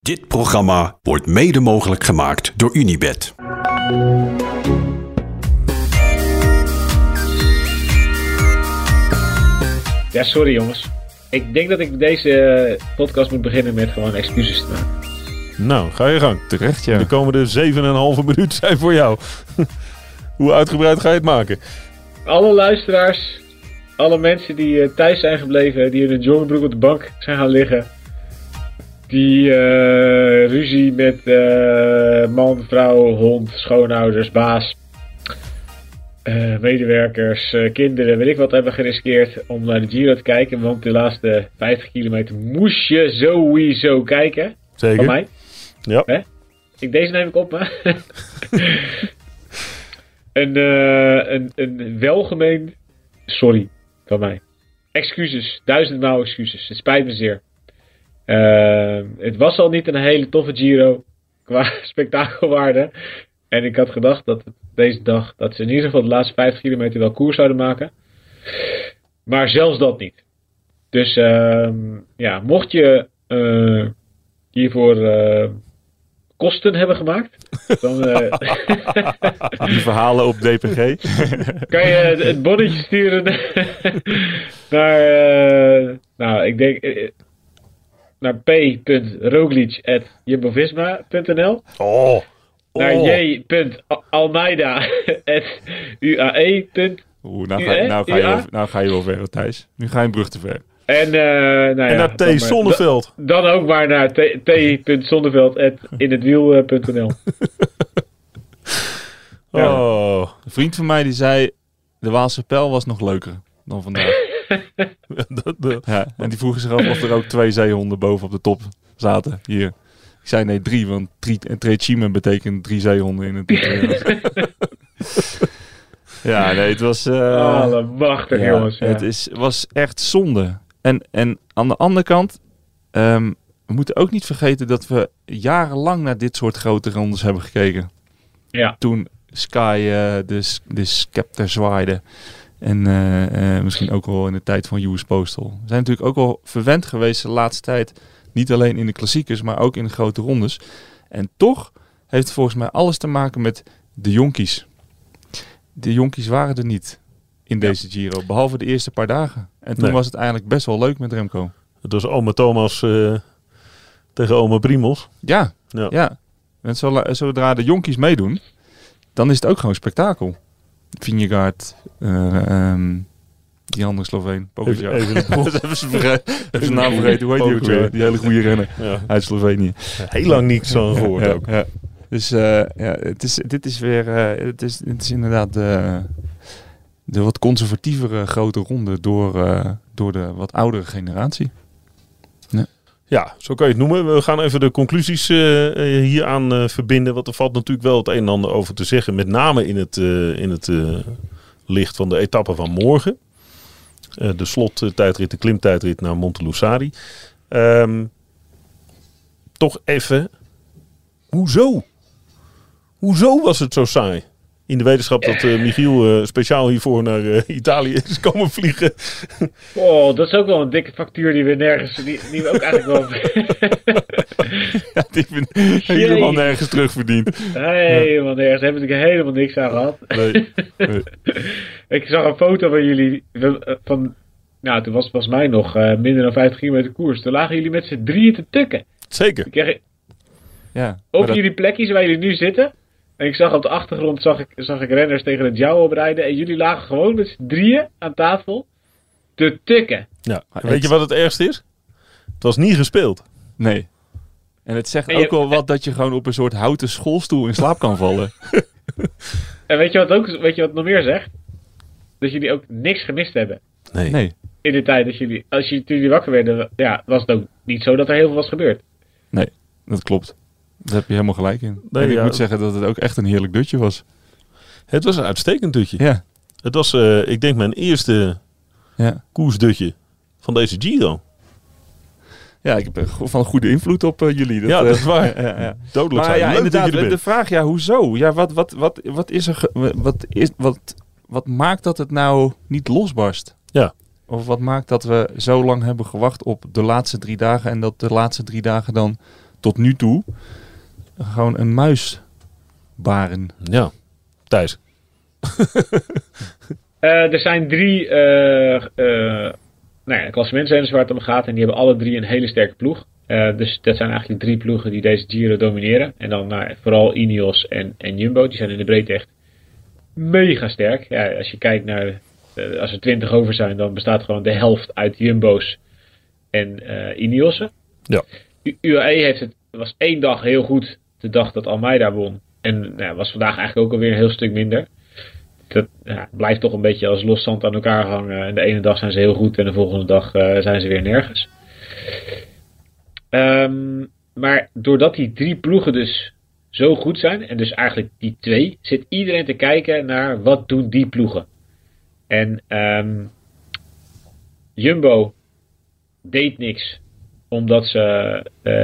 Dit programma wordt mede mogelijk gemaakt door Unibet. Ja, sorry jongens. Ik denk dat ik deze podcast moet beginnen met gewoon excuses te maken. Nou, ga je gang. Terecht, ja. De komende 7,5 minuut zijn voor jou. Hoe uitgebreid ga je het maken? Alle luisteraars, alle mensen die thuis zijn gebleven, die in een joggingbroek op de bank zijn gaan liggen. Die ruzie met man, vrouw, hond, schoonouders, baas, medewerkers, kinderen, weet ik wat, hebben geriskeerd om naar de Giro te kijken. Want de laatste 50 kilometer moest je sowieso kijken. Zeker. Van mij. Ja. Hè? Deze neem ik op, hè? Een welgemeend sorry van mij. Excuses, 1000-maal excuses. Het spijt me zeer. Het was al niet een hele toffe Giro qua spektakelwaarde. En ik had gedacht dat deze dag, dat ze in ieder geval de laatste 50 kilometer wel koers zouden maken. Maar zelfs dat niet. Dus ja, mocht je hiervoor kosten hebben gemaakt, dan Die verhalen op DPG. kan je het bonnetje sturen naar, nou, ik denk naar p.roglic@jumbovisma.nl. Naar j.almeida@uae. Nou ga je wel ver, Thijs. Nu ga je een brug te ver. En, nou En naar T. Zonneveld. Dan ook maar naar t.zonneveld@inhetwiel.nl. Een vriend van mij die zei, de Waalse Pijl was nog leuker dan vandaag. Ja, en die vroegen zich af of er ook 2 zeehonden boven op de top zaten hier. Ik zei nee, 3, want Trechimen betekent 3 zeehonden in het Ja, nee, het was... Allemachtig, jongens. Ja. Het was echt zonde. En aan de andere kant, we moeten ook niet vergeten dat we jarenlang naar dit soort grote rondes hebben gekeken. Ja. Toen Sky de scepter zwaaide. En misschien ook wel in de tijd van US Postal. We zijn natuurlijk ook wel verwend geweest de laatste tijd. Niet alleen in de klassiekers, maar ook in de grote rondes. En toch heeft het volgens mij alles te maken met de jonkies. De jonkies waren er niet in deze Giro. Behalve de eerste paar dagen. En toen was het eigenlijk best wel leuk met Remco. Het was oma Thomas tegen oma Primos. Ja. En zodra de jonkies meedoen, dan is het ook gewoon spektakel. Vingegaard, die andere Sloveen. Even zijn naam vergeten. Hoe heet die ook weer? Die hele goede renner uit Slovenië. Heel lang niks van gehoord ook. Ja. Dus dit is weer... Het is inderdaad de wat conservatievere grote ronde door de wat oudere generatie. Ja, zo kan je het noemen. We gaan even de conclusies hieraan verbinden. Want er valt natuurlijk wel het een en ander over te zeggen. Met name in het licht van de etappe van morgen. De slottijdrit, de klimtijdrit naar Montelussari. Toch even... Hoezo? Hoezo was het zo saai? In de wetenschap dat Michiel speciaal hiervoor naar Italië is komen vliegen. Oh, dat is ook wel een dikke factuur die we nergens... Die we ook eigenlijk wel... Die we helemaal nergens terugverdiend. Helemaal nergens. Daar heb ik helemaal niks aan gehad. Nee. Ik zag een foto van jullie van... Nou, toen was het volgens mij nog minder dan 50 kilometer koers. Toen lagen jullie met z'n drieën te tukken. Zeker. Op jullie plekjes waar jullie nu zitten. En ik zag op de achtergrond zag ik renners tegen het jou oprijden. En jullie lagen gewoon met z'n drieën aan tafel te tukken. Ja. Weet je wat het ergste is? Het was niet gespeeld. Nee. En het zegt ook wel wat dat je gewoon op een soort houten schoolstoel in slaap kan vallen. En weet je wat nog meer zegt? Dat jullie ook niks gemist hebben. Nee. In de tijd toen jullie wakker werden, was het ook niet zo dat er heel veel was gebeurd. Nee, dat klopt. Daar heb je helemaal gelijk in. Nee, en ik moet zeggen dat het ook echt een heerlijk dutje was. Het was een uitstekend dutje. Ja. Het was, ik denk, mijn eerste koersdutje van deze Giro. Ja, ik heb van goede invloed op jullie. Dat is waar. Ja. Dodelijk maar zijn. Leuk inderdaad, dat je de vraag, hoezo? Ja, wat maakt dat het nou niet losbarst? Ja. Of wat maakt dat we zo lang hebben gewacht op de laatste 3 dagen en dat de laatste 3 dagen dan tot nu toe gewoon een muis baren. Ja, Thijs. Er zijn 3 klassementsrenners waar het om gaat. En die hebben alle 3 een hele sterke ploeg. Dus dat zijn eigenlijk 3 ploegen die deze Giro domineren. En dan vooral Ineos en Jumbo. Die zijn in de breedte echt mega sterk. Ja, als je kijkt naar... als er 20 over zijn, dan bestaat gewoon de helft uit Jumbo's en Ineos'en. Ja. UAE was 1 dag heel goed. De dag dat Almeida won. En was vandaag eigenlijk ook alweer een heel stuk minder. Dat blijft toch een beetje als los zand aan elkaar hangen. En de ene dag zijn ze heel goed en de volgende dag zijn ze weer nergens. Maar doordat die 3 ploegen dus zo goed zijn, en dus eigenlijk die 2, zit iedereen te kijken naar wat doen die ploegen. En Jumbo deed niks, omdat ze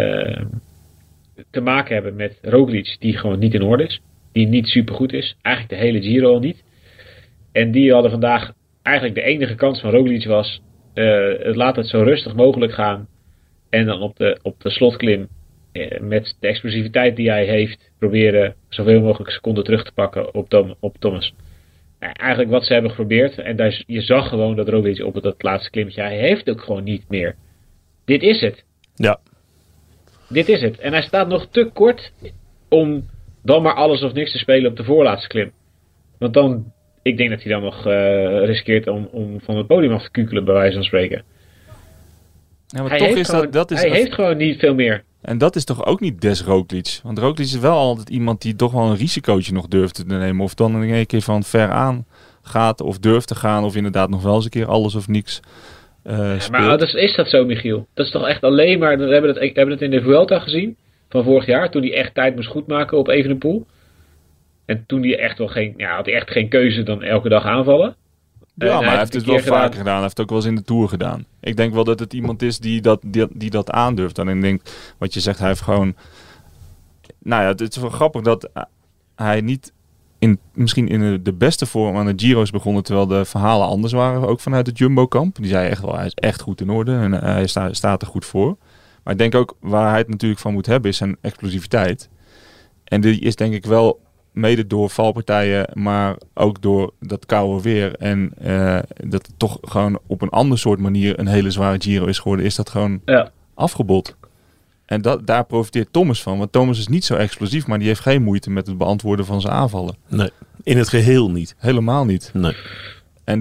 te maken hebben met Roglic, die gewoon niet in orde is. Die niet super goed is. Eigenlijk de hele Giro al niet. En die hadden vandaag eigenlijk de enige kans van Roglic was, laat het zo rustig mogelijk gaan. En dan op de slotklim, met de explosiviteit die hij heeft, proberen zoveel mogelijk seconden terug te pakken op Thomas. Eigenlijk wat ze hebben geprobeerd. En je zag gewoon dat Roglic op dat laatste klimmetje, hij heeft ook gewoon niet meer. Dit is het. Ja. Dit is het. En hij staat nog te kort om dan maar alles of niks te spelen op de voorlaatste klim. Want dan, ik denk dat hij dan nog riskeert om van het podium af te kukelen, bij wijze van spreken. Ja, maar Hij toch heeft is gewoon, dat is hij heeft gewoon niet veel meer. En dat is toch ook niet des Roglic? Want Roglic is wel altijd iemand die toch wel een risicootje nog durft te nemen. Of dan in één keer van ver aan gaat of durft te gaan. Of inderdaad nog wel eens een keer alles of niks maar is dat zo, Michiel? Dat is toch echt alleen maar... We hebben het in de Vuelta gezien van vorig jaar. Toen hij echt tijd moest goedmaken op Evenepoel. En toen hij echt had hij echt geen keuze dan elke dag aanvallen. Ja, maar hij heeft het wel vaker gedaan. Hij heeft het ook wel eens in de Tour gedaan. Ik denk wel dat het iemand is die dat aandurft. En ik denk, wat je zegt, hij heeft gewoon... Nou ja, het is wel grappig dat hij niet misschien in de beste vorm aan de Giro's begonnen, terwijl de verhalen anders waren, ook vanuit het Jumbo-kamp. Die zei echt wel, hij is echt goed in orde en hij staat er goed voor. Maar ik denk ook, waar hij het natuurlijk van moet hebben, is zijn explosiviteit. En die is denk ik wel mede door valpartijen, maar ook door dat koude weer. En dat het toch gewoon op een ander soort manier een hele zware Giro is geworden, is dat gewoon afgebot. En daar profiteert Thomas van. Want Thomas is niet zo explosief, maar die heeft geen moeite met het beantwoorden van zijn aanvallen. Nee, in het geheel niet. Helemaal niet. Nee. En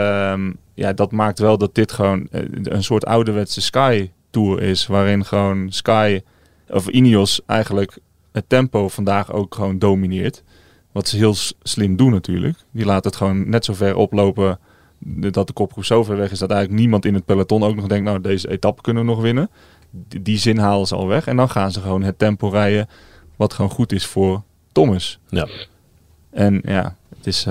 dat maakt wel dat dit gewoon een soort ouderwetse Sky Tour is. Waarin gewoon Sky, of Ineos eigenlijk het tempo vandaag ook gewoon domineert. Wat ze heel slim doen natuurlijk. Die laten het gewoon net zo ver oplopen dat de kopgroep zo ver weg is dat eigenlijk niemand in het peloton ook nog denkt, nou, deze etappe kunnen we nog winnen. Die zin halen ze al weg. En dan gaan ze gewoon het tempo rijden wat gewoon goed is voor Thomas. Ja. En ja, het is,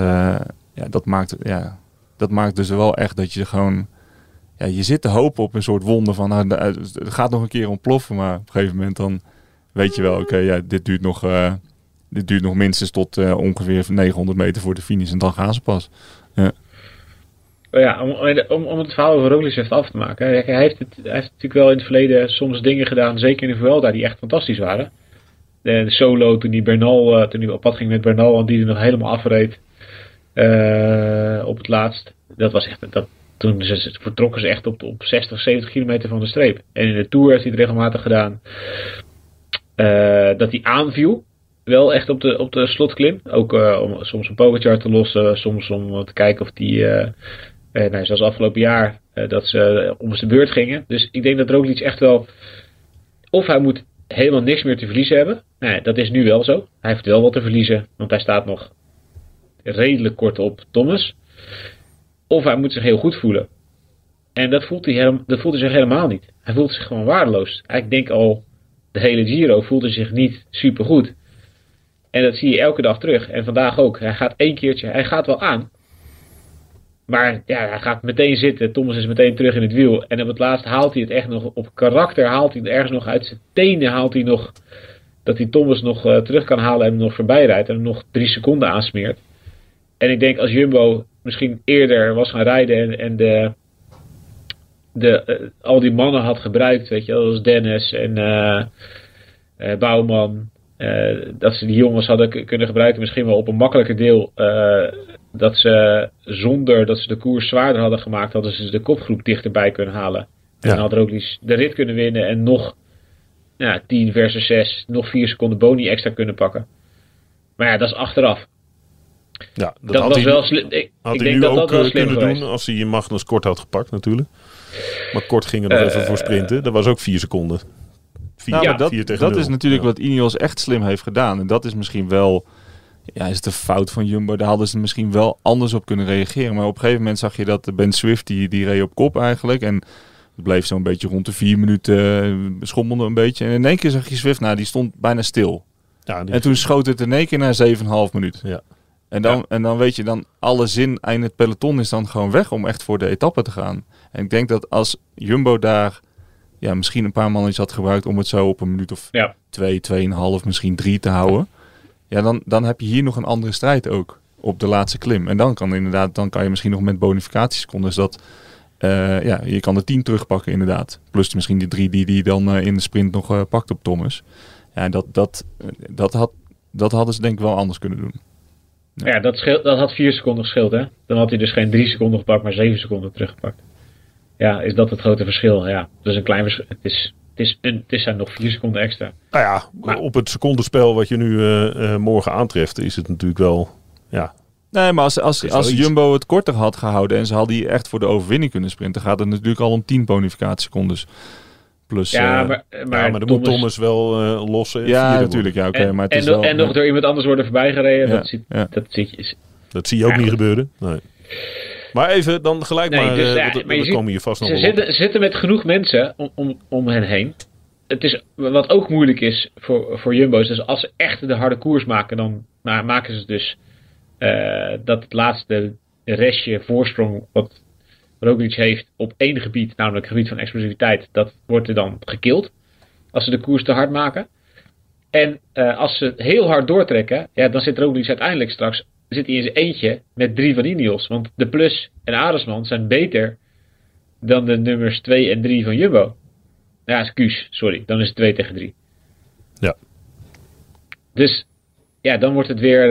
dat maakt dus wel echt dat je gewoon... Ja, je zit te hopen op een soort wonder van... Nou, het gaat nog een keer ontploffen, maar op een gegeven moment dan weet je wel... Oké, dit duurt nog minstens tot ongeveer 900 meter voor de finish en dan gaan ze pas. Ja. Ja, om het verhaal over Roglic even af te maken. Hij heeft natuurlijk wel in het verleden soms dingen gedaan, zeker in de Vuelta, die echt fantastisch waren. De solo, toen hij op pad ging met Bernal en die er nog helemaal afreed op het laatst. Dat was echt, toen vertrokken ze echt op 60, 70 kilometer van de streep. En in de Tour heeft hij het regelmatig gedaan. Dat hij aanviel. Wel echt op de slotklim. Ook om soms een Pogacar te lossen. Soms om te kijken of die... zoals afgelopen jaar. Dat ze om zijn beurt gingen. Dus ik denk dat Roglic echt wel... Of hij moet helemaal niks meer te verliezen hebben. Nou, dat is nu wel zo. Hij heeft wel wat te verliezen. Want hij staat nog redelijk kort op Thomas. Of hij moet zich heel goed voelen. En dat voelt hij zich helemaal niet. Hij voelt zich gewoon waardeloos. Ik denk al de hele Giro voelt hij zich niet super goed. En dat zie je elke dag terug. En vandaag ook. Hij gaat één keertje. Hij gaat wel aan. Maar ja, hij gaat meteen zitten. Thomas is meteen terug in het wiel. En op het laatst haalt hij het echt nog. Op karakter haalt hij het ergens nog uit zijn tenen. Haalt hij nog. Dat hij Thomas nog terug kan halen en hem nog voorbij rijdt. En hem nog 3 seconden aansmeert. En ik denk als Jumbo misschien eerder was gaan rijden. En al die mannen had gebruikt. Weet je, als Dennis en Bouwman. Dat ze die jongens hadden kunnen gebruiken. Misschien wel op een makkelijker deel. Dat ze zonder dat ze de koers zwaarder hadden gemaakt. Hadden ze de kopgroep dichterbij kunnen halen. En dan had Roglic de rit kunnen winnen. En nog 10 versus 6. Nog 4 seconden boni extra kunnen pakken. Maar ja, dat is achteraf. Ja, dat was wel slim. Ik denk dat dat wel slim kunnen geweest. Doen als hij Magnus Kort had gepakt natuurlijk. Maar Kort ging er nog even voor sprinten. Dat was ook 4 seconden. 4 tegen 0. Dat is natuurlijk wat Ineos echt slim heeft gedaan. En dat is misschien wel... Ja, is het een fout van Jumbo? Daar hadden ze misschien wel anders op kunnen reageren. Maar op een gegeven moment zag je dat Ben Swift, die reed op kop eigenlijk. En het bleef zo'n beetje rond de 4 minuten, schommelde een beetje. En in één keer zag je Swift, die stond bijna stil. Ja, en toen schoot het in één keer naar 7,5 minuten. Ja. En dan weet je, dan alle zin in het peloton is dan gewoon weg om echt voor de etappe te gaan. En ik denk dat als Jumbo daar misschien een paar mannetjes had gebruikt om het zo op een minuut of 2, 2,5, misschien 3 te houden. Ja, dan heb je hier nog een andere strijd ook op de laatste klim. En dan kan je misschien nog met bonificatiesecondes je kan de 10 terugpakken inderdaad. Plus misschien die 3 die dan in de sprint nog pakt op Thomas. Ja, dat hadden ze denk ik wel anders kunnen doen. Ja, dat had 4 seconden gescheeld, hè? Dan had hij dus geen 3 seconden gepakt, maar 7 seconden teruggepakt. Ja, is dat het grote verschil? Ja, dat is een klein verschil. Het zijn nog 4 seconden extra. Nou ja, maar op het secondenspel wat je nu morgen aantreft, is het natuurlijk wel... Ja. Nee, maar als Jumbo het korter had gehouden en ze hadden hier echt voor de overwinning kunnen sprinten, gaat het natuurlijk al om 10 bonificatiesecondes. Plus, maar dan moet Thomas wel lossen. Ja, natuurlijk. Ja, okay, maar het is wel, nog door iemand anders worden voorbijgereden. Ja, dat zie je ook niet gebeuren. Nee. Maar even, dan gelijk we komen hier vast nog wel Ze zitten met genoeg mensen om hen heen. Het is, wat ook moeilijk is voor Jumbo's, dus als ze echt de harde koers maken, dan maken ze dus dat het laatste restje voorsprong wat Roglic heeft op één gebied, namelijk het gebied van explosiviteit, dat wordt er dan gekild als ze de koers te hard maken. En als ze heel hard doortrekken, dan zit Roglic uiteindelijk straks zit hij in zijn eentje met 3 van Ineos. Want de Plus en Aresman zijn beter dan de nummers 2 en 3 van Jumbo. Ja, excuus, sorry. Dan is het 2 tegen 3. Ja. Dus, dan wordt het weer...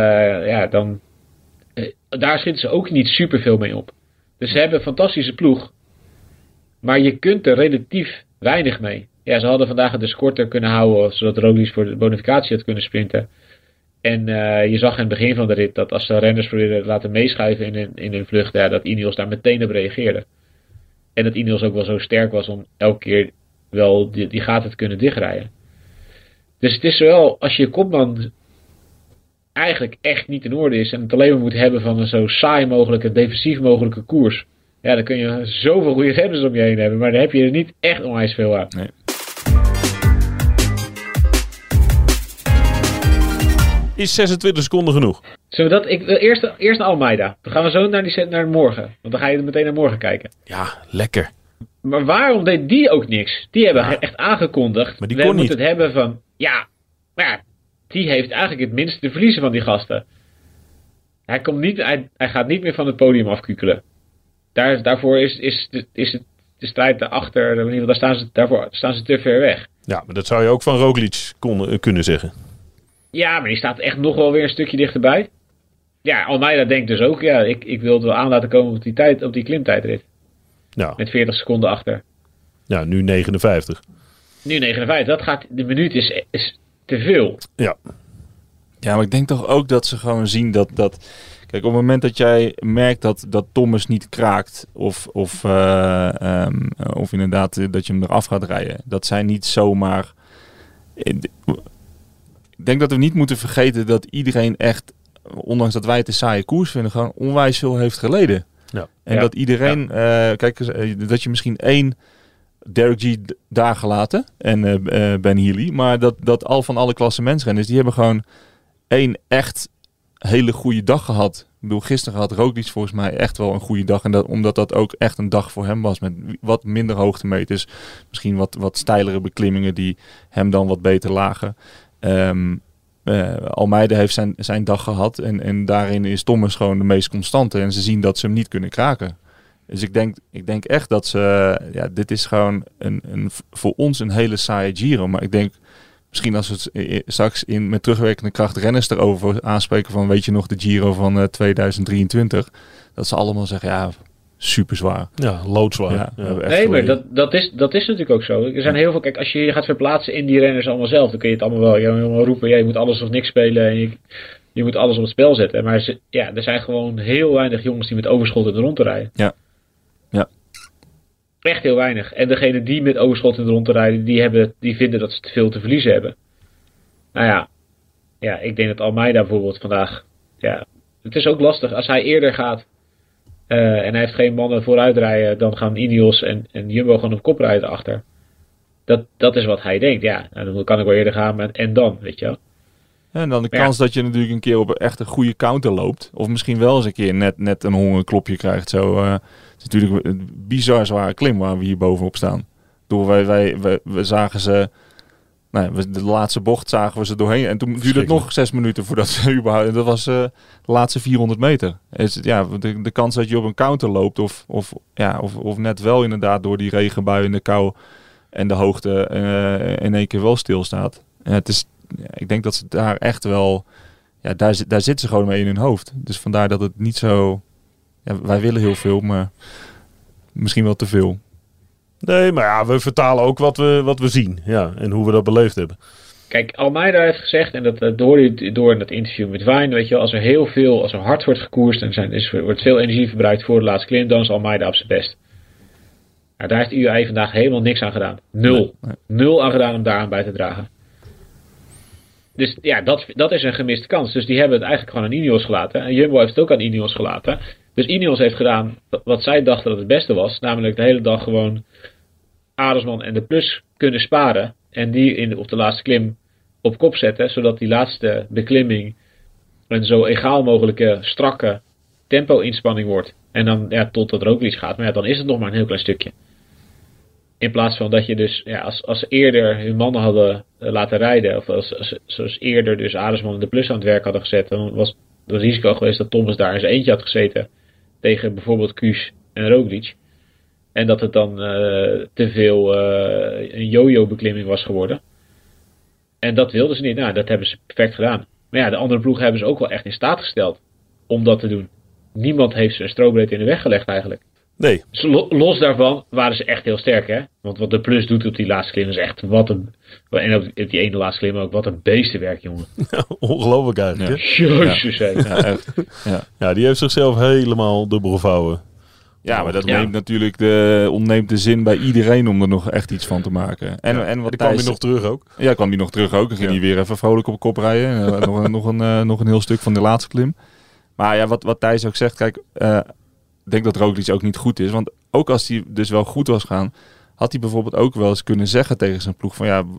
daar schieten ze ook niet superveel mee op. Dus ze hebben een fantastische ploeg. Maar je kunt er relatief weinig mee. Ja, ze hadden vandaag het dus korter kunnen houden, zodat Roglic voor de bonificatie had kunnen sprinten. En je zag in het begin van de rit dat als de renners probeerden te laten meeschuiven in hun vlucht, dat Ineos daar meteen op reageerde. En dat Ineos ook wel zo sterk was om elke keer wel die gaten te kunnen dichtrijden. Dus het is wel, als je kopman eigenlijk echt niet in orde is en het alleen maar moet hebben van een zo saai mogelijke, defensief mogelijke koers. Ja, dan kun je zoveel goede renners om je heen hebben, maar daar heb je er niet echt onwijs veel aan. Nee. Is 26 seconden genoeg? Zullen we dat? Ik wil eerst naar Almeida. Dan gaan we zo naar morgen. Want dan ga je meteen naar morgen kijken. Ja, lekker. Maar waarom deed die ook niks? Die hebben echt aangekondigd. Maar die kon niet. Het hebben van... maar die heeft eigenlijk het minste te verliezen van die gasten. Hij gaat niet meer van het podium afkukelen. Daarvoor is de strijd daarachter... In ieder geval, daarvoor staan ze te ver weg. Ja, maar dat zou je ook van Roglic kunnen zeggen. Ja, maar die staat echt nog wel weer een stukje dichterbij. Ja, Almeida denkt dus ook, ik wil het wel aan laten komen op die klimtijdrit. Ja. Met 40 seconden achter. Ja, nu 59. Nu 59, de minuut is te veel. Ja. Ja, maar ik denk toch ook dat ze gewoon zien dat kijk, op het moment dat jij merkt dat Thomas niet kraakt of inderdaad dat je hem eraf gaat rijden, dat zij niet zomaar... Ik denk dat we niet moeten vergeten dat iedereen echt, ondanks dat wij het een saaie koers vinden, gewoon onwijs veel heeft geleden. Ja. En dat iedereen, kijk, dat je misschien 1 Derek G daar gelaten en Ben Healy, maar dat al van alle klassementsrenners, die hebben gewoon 1 echt hele goede dag gehad. Ik bedoel, gisteren had Roglic volgens mij echt wel een goede dag. En omdat dat ook echt een dag voor hem was. Met wat minder hoogtemeters. Misschien wat steilere beklimmingen die hem dan wat beter lagen. Almeida heeft zijn dag gehad. En daarin is Thomas gewoon de meest constante. En ze zien dat ze hem niet kunnen kraken. Dus ik denk echt dat ze... dit is gewoon voor ons een hele saaie Giro. Maar ik denk misschien als we het straks met terugwerkende kracht renners erover aanspreken van weet je nog de Giro van 2023. Dat ze allemaal zeggen ja, super zwaar. Ja, loodzwaar. Ja, Nee, maar dat is natuurlijk ook zo. Er zijn heel veel, kijk, als je je gaat verplaatsen in die renners allemaal zelf, dan kun je het allemaal wel helemaal roepen. Ja, je moet alles of niks spelen en je moet alles op het spel zetten. Maar er zijn gewoon heel weinig jongens die met overschot in de rond te rijden. Ja. Echt heel weinig. En degene die met overschot in de rond te rijden, die vinden dat ze te veel te verliezen hebben. Nou ja, ik denk dat Almeida bijvoorbeeld vandaag, ja, het is ook lastig. Als hij eerder gaat en hij heeft geen mannen vooruit rijden, dan gaan Ineos en Jumbo gewoon op kop rijden achter. Dat is wat hij denkt. Ja, nou, dan kan ik wel eerder gaan en dan, weet je wel. En dan de kans dat je natuurlijk een keer op echt een goede counter loopt. Of misschien wel eens een keer net een hongerklopje krijgt. Zo, het is natuurlijk een bizar zware klim waar we hier bovenop staan. We zagen ze... Nou, de laatste bocht zagen we ze doorheen. En toen duurde het nog 6 minuten voordat ze überhaupt... En dat was de laatste 400 meter. Ja, de kans dat je op een counter loopt... Of net wel inderdaad door die regenbui en de kou... en de hoogte in één keer wel stilstaat. Het is... Ik denk dat ze daar echt wel... Ja, daar zitten ze gewoon mee in hun hoofd. Dus vandaar dat het niet zo... Ja, wij willen heel veel, maar misschien wel te veel. Nee, maar ja, we vertalen ook wat we zien. Ja, en hoe we dat beleefd hebben. Kijk, Almeida heeft gezegd, en dat hoorde je door in dat interview met Wijn, weet je wel, als er hard wordt gekoerst en wordt veel energie verbruikt voor de laatste klim, dan is Almeida op zijn best. Nou, daar heeft UAE vandaag helemaal niks aan gedaan. Nul. Nee. Nul aan gedaan om daaraan bij te dragen. Dus ja, dat is een gemiste kans. Dus die hebben het eigenlijk gewoon aan Ineos gelaten. En Jumbo heeft het ook aan Ineos gelaten. Dus Ineos heeft gedaan wat zij dachten dat het beste was. Namelijk de hele dag gewoon Arendsman en de Plus kunnen sparen. En die op de laatste klim op kop zetten. Zodat die laatste beklimming een zo egaal mogelijke strakke tempo-inspanning wordt. En dan totdat Roglic gaat. Maar ja, dan is het nog maar een heel klein stukje. In plaats van dat je dus, als ze eerder hun mannen hadden laten rijden, of zoals eerder dus Arendsman en de Plus aan het werk hadden gezet, dan was het risico geweest dat Thomas daar in zijn eentje had gezeten tegen bijvoorbeeld Kuus en Roglic. En dat het dan te veel een yo-yo beklimming was geworden. En dat wilden ze niet. Nou, dat hebben ze perfect gedaan. Maar ja, de andere ploegen hebben ze ook wel echt in staat gesteld om dat te doen. Niemand heeft ze een strobreedte in de weg gelegd eigenlijk. Nee. Dus los daarvan waren ze echt heel sterk, hè? Want wat de Plus doet op die laatste klim is echt en op die ene laatste klim ook, wat een beestenwerk, jongen. Ongelooflijk eigenlijk, hè? Jezus, hè? Ja, echt. Ja, die heeft zichzelf helemaal dubbel gevouwen. Ja, maar dat ontneemt de zin bij iedereen om er nog echt iets van te maken. En wat kwam hij nog terug ook. Ja, kwam hij nog terug ook. Dan ging hij weer even vrolijk op kop rijden. nog een heel stuk van de laatste klim. Maar ja, wat Thijs ook zegt, kijk... Ik denk dat Roglic ook niet goed is. Want ook als hij dus wel goed was gaan... had hij bijvoorbeeld ook wel eens kunnen zeggen tegen zijn ploeg... van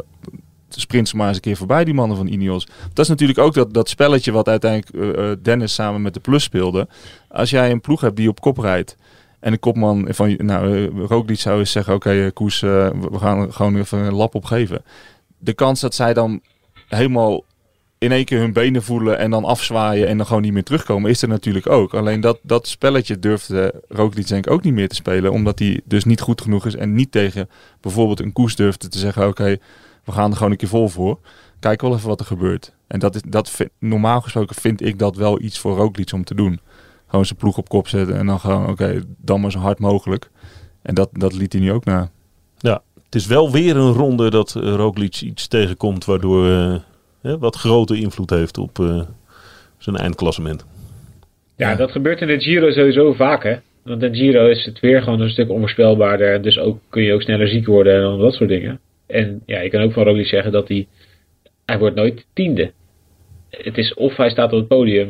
sprint ze maar eens een keer voorbij, die mannen van Ineos. Dat is natuurlijk ook dat spelletje... wat uiteindelijk Dennis samen met de Plus speelde. Als jij een ploeg hebt die op kop rijdt... en de kopman van... Roglic zou eens zeggen... Oké, Koes, we gaan gewoon even een lap opgeven. De kans dat zij dan helemaal... in één keer hun benen voelen en dan afzwaaien en dan gewoon niet meer terugkomen, is er natuurlijk ook. Alleen dat spelletje durfde Roglic denk ik ook niet meer te spelen, omdat hij dus niet goed genoeg is en niet tegen bijvoorbeeld een Koes durfde te zeggen, oké, we gaan er gewoon een keer vol voor. Kijk wel even wat er gebeurt. En normaal gesproken vind ik dat wel iets voor Roglic om te doen. Gewoon zijn ploeg op kop zetten en dan gewoon, oké, dan maar zo hard mogelijk. En dat liet hij nu ook na. Ja, het is wel weer een ronde dat Roglic iets tegenkomt waardoor... wat grote invloed heeft op zijn eindklassement. Ja, dat gebeurt in de Giro sowieso vaak, hè. Want in de Giro is het weer gewoon een stuk onvoorspelbaarder. En dus kun je ook sneller ziek worden en dan dat soort dingen. En ja, je kan ook van Roglic zeggen dat hij wordt nooit 10e. Het is of hij staat op het podium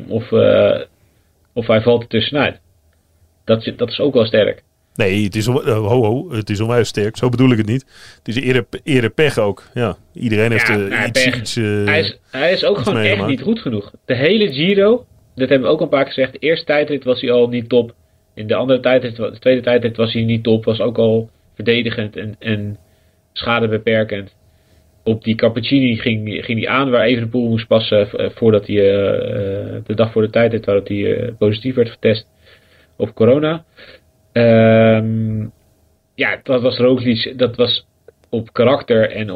of hij valt er tussenuit. Dat is ook wel sterk. Nee, het is het is onwijs sterk. Zo bedoel ik het niet. Het is eerder pech ook. Ja, iedereen heeft iets... Hij is ook gewoon echt niet goed genoeg. De hele Giro, dat hebben we ook een paar keer gezegd. De eerste tijdrit was hij al niet top. In de tweede tijdrit was hij niet top. Was ook al verdedigend en schadebeperkend. Op die Cappuccini ging hij aan waar Evenepoel moest passen voordat hij de dag voor de tijdrit dat hij positief werd getest op corona. Ja, dat was Roglic. op karakter en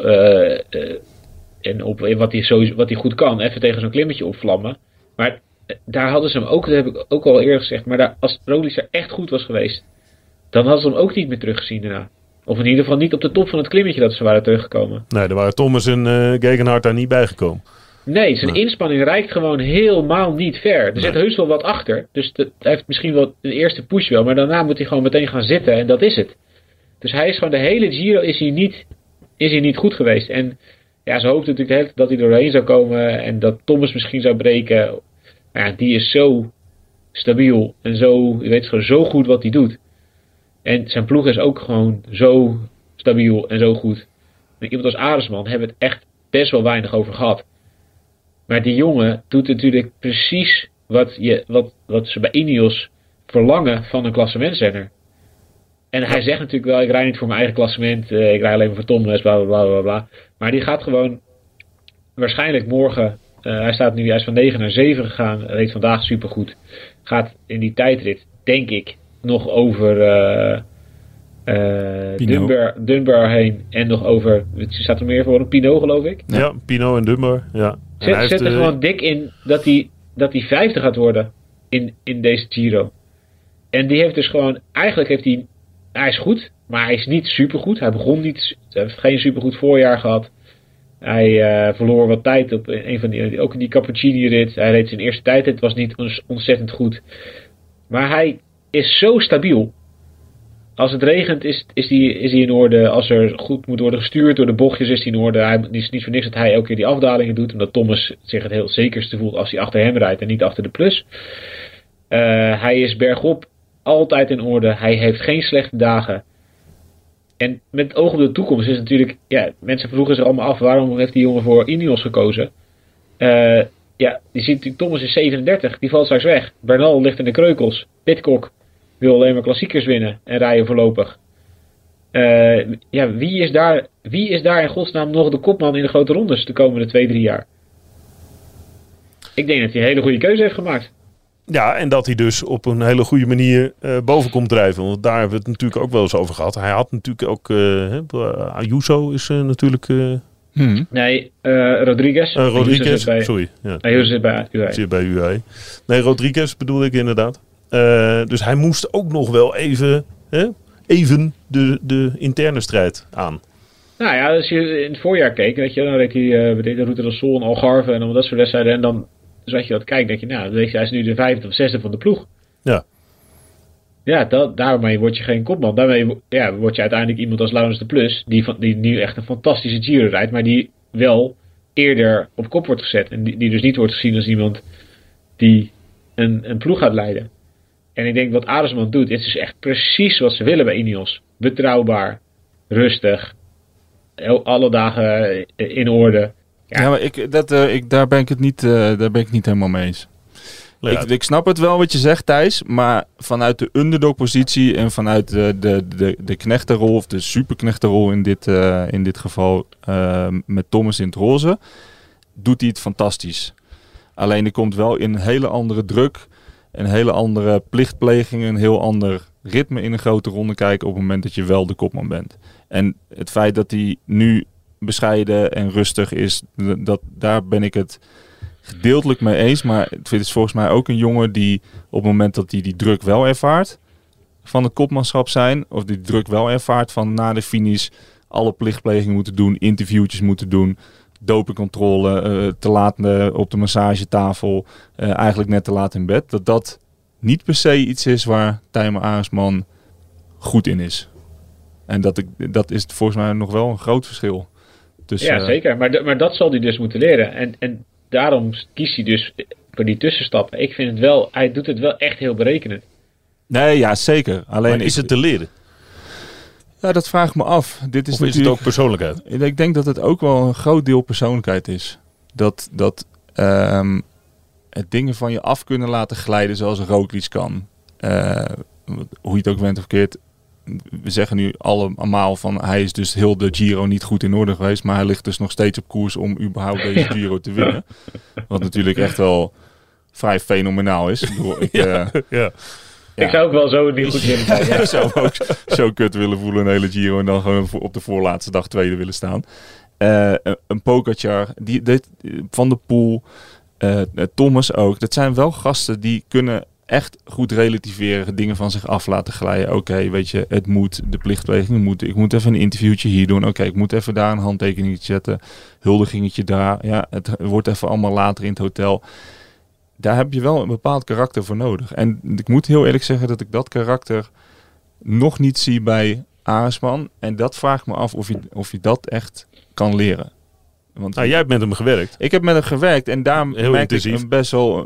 op wat hij goed kan. Even tegen zo'n klimmetje opvlammen. Maar daar hadden ze hem ook, dat heb ik ook al eerder gezegd, maar als Roglic er echt goed was geweest, dan hadden ze hem ook niet meer teruggezien daarna. Of in ieder geval niet op de top van het klimmetje dat ze waren teruggekomen. Nee, daar waren Thomas en Gegenhardt daar niet bijgekomen. Nee, zijn inspanning reikt gewoon helemaal niet ver. Er zit heus wel wat achter. Dus hij heeft misschien wel de eerste push wel. Maar daarna moet hij gewoon meteen gaan zitten. En dat is het. Dus hij is gewoon de hele Giro is hij niet goed geweest. En ja, ze hoopten natuurlijk de hele tijd dat hij doorheen zou komen. En dat Thomas misschien zou breken. Maar ja, die is zo stabiel. En zo, je weet gewoon zo goed wat hij doet. En zijn ploeg is ook gewoon zo stabiel en zo goed. En iemand als Arendsman hebben we het echt best wel weinig over gehad. Maar die jongen doet natuurlijk precies wat ze bij Ineos verlangen van een klassementsrenner. En hij zegt natuurlijk wel, ik rij niet voor mijn eigen klassement, ik rij alleen maar voor Thomas, bla bla bla bla. Maar die gaat gewoon waarschijnlijk morgen, hij is van 9 naar 7 gegaan, reed vandaag supergoed. Gaat in die tijdrit, denk ik, nog over Dunbar heen en nog over, staat er meer voor, een Pinot geloof ik? Ja, Pinot en Dunbar, ja. Zet er gewoon dik in dat hij 50 gaat worden in deze Giro. En die heeft dus gewoon, eigenlijk hij is goed, maar hij is niet supergoed. Hij heeft geen supergoed voorjaar gehad. Hij verloor wat tijd op een van ook in die Cappuccini-rit. Hij reed zijn eerste tijd, het was niet ontzettend goed. Maar hij is zo stabiel. Als het regent is hij in orde. Als er goed moet worden gestuurd door de bochtjes is hij in orde. Het is niet voor niks dat hij elke keer die afdalingen doet. Omdat Thomas zich het heel zekerste voelt als hij achter hem rijdt en niet achter de plus. Hij is bergop altijd in orde. Hij heeft geen slechte dagen. En met het oog op de toekomst is natuurlijk... Ja, mensen vroegen zich allemaal af waarom heeft die jongen voor Ineos gekozen. Je ziet natuurlijk Thomas is 37. Die valt straks weg. Bernal ligt in de kreukels. Pidcock wil alleen maar klassiekers winnen en rijden voorlopig. Wie is daar in godsnaam nog de kopman in de grote rondes de komende 2-3 jaar? Ik denk dat hij een hele goede keuze heeft gemaakt. Ja, en dat hij dus op een hele goede manier boven komt drijven. Want daar hebben we het natuurlijk ook wel eens over gehad. Hij had natuurlijk ook... Ayuso is natuurlijk... Nee, Rodriguez. Rodriguez, sorry. Ja. Ayuso zit bij UAE. Zit bij UAE. Nee, Rodriguez bedoelde ik inderdaad. Dus hij moest ook nog wel even de interne strijd aan. Nou ja, als je in het voorjaar keek, weet je, dan reed hij de Route del Sol en Algarve en allemaal dat soort wedstrijden. En dan zat je dat kijken, denk je, nou, hij is nu de 5e of 6e van de ploeg. Ja. Ja, daarmee word je geen kopman. Daarmee word je uiteindelijk iemand als Laurens de Plus, die nu echt een fantastische Giro rijdt, maar die wel eerder op kop wordt gezet. En die dus niet wordt gezien als iemand die een ploeg gaat leiden. En ik denk wat Arendsman doet, is dus echt precies wat ze willen bij Ineos. Betrouwbaar, rustig, alle dagen in orde. Ja, maar daar ben ik het niet helemaal mee eens. Ja. Ik snap het wel wat je zegt, Thijs, maar vanuit de underdog-positie en vanuit de knechtenrol of de superknechtenrol in dit geval met Thomas in het roze, doet hij het fantastisch. Alleen er komt wel in een hele andere druk, een hele andere plichtpleging, een heel ander ritme in een grote ronde kijken op het moment dat je wel de kopman bent. En het feit dat hij nu bescheiden en rustig is, daar ben ik het gedeeltelijk mee eens. Maar het is volgens mij ook een jongen die op het moment dat hij die druk wel ervaart van het kopmanschap zijn, of die druk wel ervaart van na de finish alle plichtplegingen moeten doen, interviewtjes moeten doen, dopingcontrole, te laat op de massagetafel, eigenlijk net te laat in bed. Dat niet per se iets is waar Tijmen Arendsman goed in is. En dat is volgens mij nog wel een groot verschil. Dus, ja, zeker. Maar dat zal hij dus moeten leren. En daarom kiest hij dus voor die tussenstappen. Ik vind het wel, hij doet het wel echt heel berekenend. Nee, ja, zeker. Alleen maar is het te leren? Ja, dat vraag ik me af. Of is het ook persoonlijkheid? Ik denk dat het ook wel een groot deel persoonlijkheid is. Dat het dingen van je af kunnen laten glijden zoals een Roglic kan. Hoe je het ook bent of verkeerd. We zeggen nu allemaal van hij is dus heel de Giro niet goed in orde geweest. Maar hij ligt dus nog steeds op koers om überhaupt deze Giro te winnen. Wat natuurlijk echt wel vrij fenomenaal is. Ik bedoel, Ik zou ook wel zo niet goed willen zijn. Ja. Ik zou me ook zo kut willen voelen een hele Giro en dan gewoon op de voorlaatste dag tweede willen staan. Een Pogacar, Van der Poel, Thomas ook. Dat zijn wel gasten die kunnen echt goed relativeren, dingen van zich af laten glijden. Oké, weet je, het moet, de plichtpleging moet. Ik moet even een interviewtje hier doen. Oké, ik moet even daar een handtekeningetje zetten. Huldigingetje daar. Ja, het wordt even allemaal later in het hotel. Daar heb je wel een bepaald karakter voor nodig. En ik moet heel eerlijk zeggen dat ik dat karakter nog niet zie bij Arendsman. En dat vraagt me af of je dat echt kan leren. Want jij hebt met hem gewerkt. Ik heb met hem gewerkt en daar heel merk intensief. ik hem best wel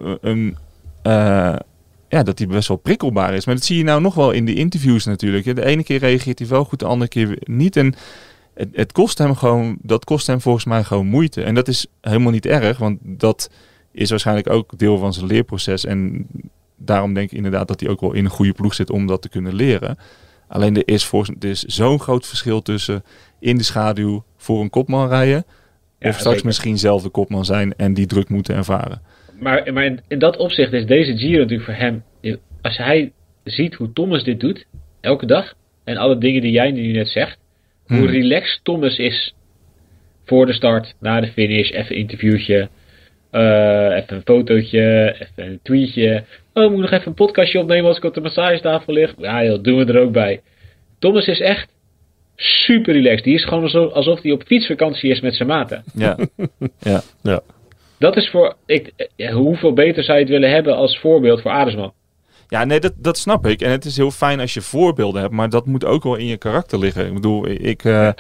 dat hij best wel prikkelbaar is. Maar dat zie je nou nog wel in de interviews natuurlijk. De ene keer reageert hij wel goed, de andere keer niet. En het kost hem gewoon, dat kost hem volgens mij gewoon moeite. En dat is helemaal niet erg, want dat is waarschijnlijk ook deel van zijn leerproces. En daarom denk ik inderdaad dat hij ook wel in een goede ploeg zit om dat te kunnen leren. Alleen er is zo'n groot verschil tussen in de schaduw voor een kopman rijden. Ja, of straks zeker. misschien zelf de kopman zijn en die druk moeten ervaren. Maar in dat opzicht is deze Giro natuurlijk voor hem... Als hij ziet hoe Thomas dit doet, elke dag, en alle dingen die jij nu net zegt, hoe relaxed Thomas is voor de start, na de finish, even een interviewtje, even een fotootje, even een tweetje. Oh, ik moet nog even een podcastje opnemen als ik op de massagetafel lig. Ja joh, doen we er ook bij. Thomas is echt super relaxed. Die is gewoon alsof hij op fietsvakantie is met zijn maten. Ja, ja. Dat is hoeveel beter zou je het willen hebben als voorbeeld voor Arendsman? Ja, nee, dat snap ik. En het is heel fijn als je voorbeelden hebt, maar dat moet ook wel in je karakter liggen. Ik bedoel, ik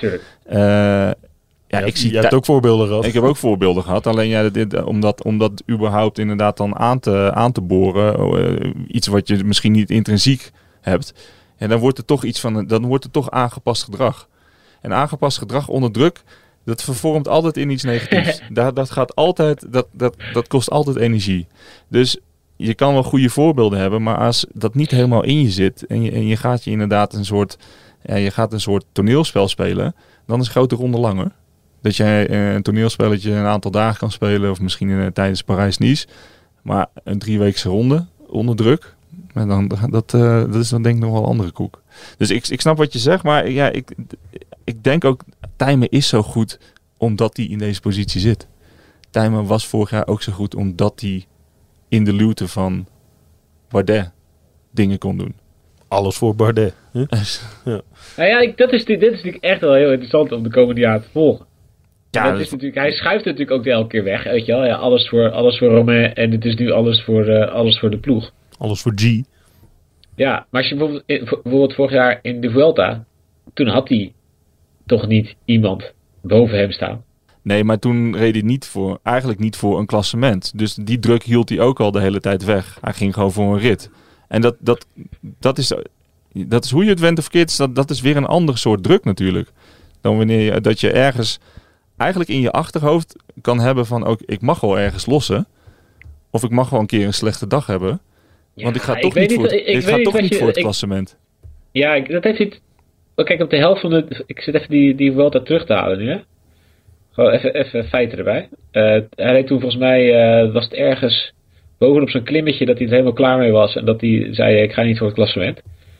zie... Jij hebt ook voorbeelden gehad. Ik heb ook voorbeelden gehad. Alleen om dat überhaupt inderdaad dan aan te boren, iets wat je misschien niet intrinsiek hebt, en dan wordt er toch dan wordt er toch aangepast gedrag. En aangepast gedrag onder druk, dat vervormt altijd in iets negatiefs. Dat gaat altijd, dat kost altijd energie. Dus je kan wel goede voorbeelden hebben, maar als dat niet helemaal in je zit en je gaat je inderdaad een soort toneelspel spelen, dan is grote ronde langer. Dat jij een toneelspelletje een aantal dagen kan spelen, of misschien tijdens Parijs-Nice, maar een 3-weekse ronde onder druk, dat is dan denk ik nog wel een andere koek. Dus ik snap wat je zegt, maar ja, ik denk ook, Tijmen is zo goed omdat hij in deze positie zit. Tijmen was vorig jaar ook zo goed omdat hij in de luwte van Bardet dingen kon doen. Alles voor Bardet. Huh? Ja. Nou ja, dit is natuurlijk echt wel heel interessant om de komende jaren te volgen. Ja, dat is natuurlijk, hij schuift het natuurlijk ook elke keer weg, weet je wel. Ja, alles voor Romain en het is nu alles voor de ploeg. Alles voor G. Ja, maar als je bijvoorbeeld vorig jaar in de Vuelta, toen had hij toch niet iemand boven hem staan. Nee, maar toen reed hij eigenlijk niet voor een klassement. Dus die druk hield hij ook al de hele tijd weg. Hij ging gewoon voor een rit. En dat is hoe je het went of keert, dat is weer een ander soort druk natuurlijk. Dan wanneer dat je ergens eigenlijk in je achterhoofd kan hebben van ook, ik mag wel ergens lossen. Of ik mag wel een keer een slechte dag hebben. Ja, want ik ga toch niet voor het klassement. Ja, dat heeft hij... Kijk, op de helft van de... Ik zit even die Vuelta terug te halen nu, hè. Gewoon even feiten erbij. Hij reed toen volgens mij... was het ergens bovenop zo'n klimmetje dat hij er helemaal klaar mee was. En dat hij zei, ik ga niet voor het klassement.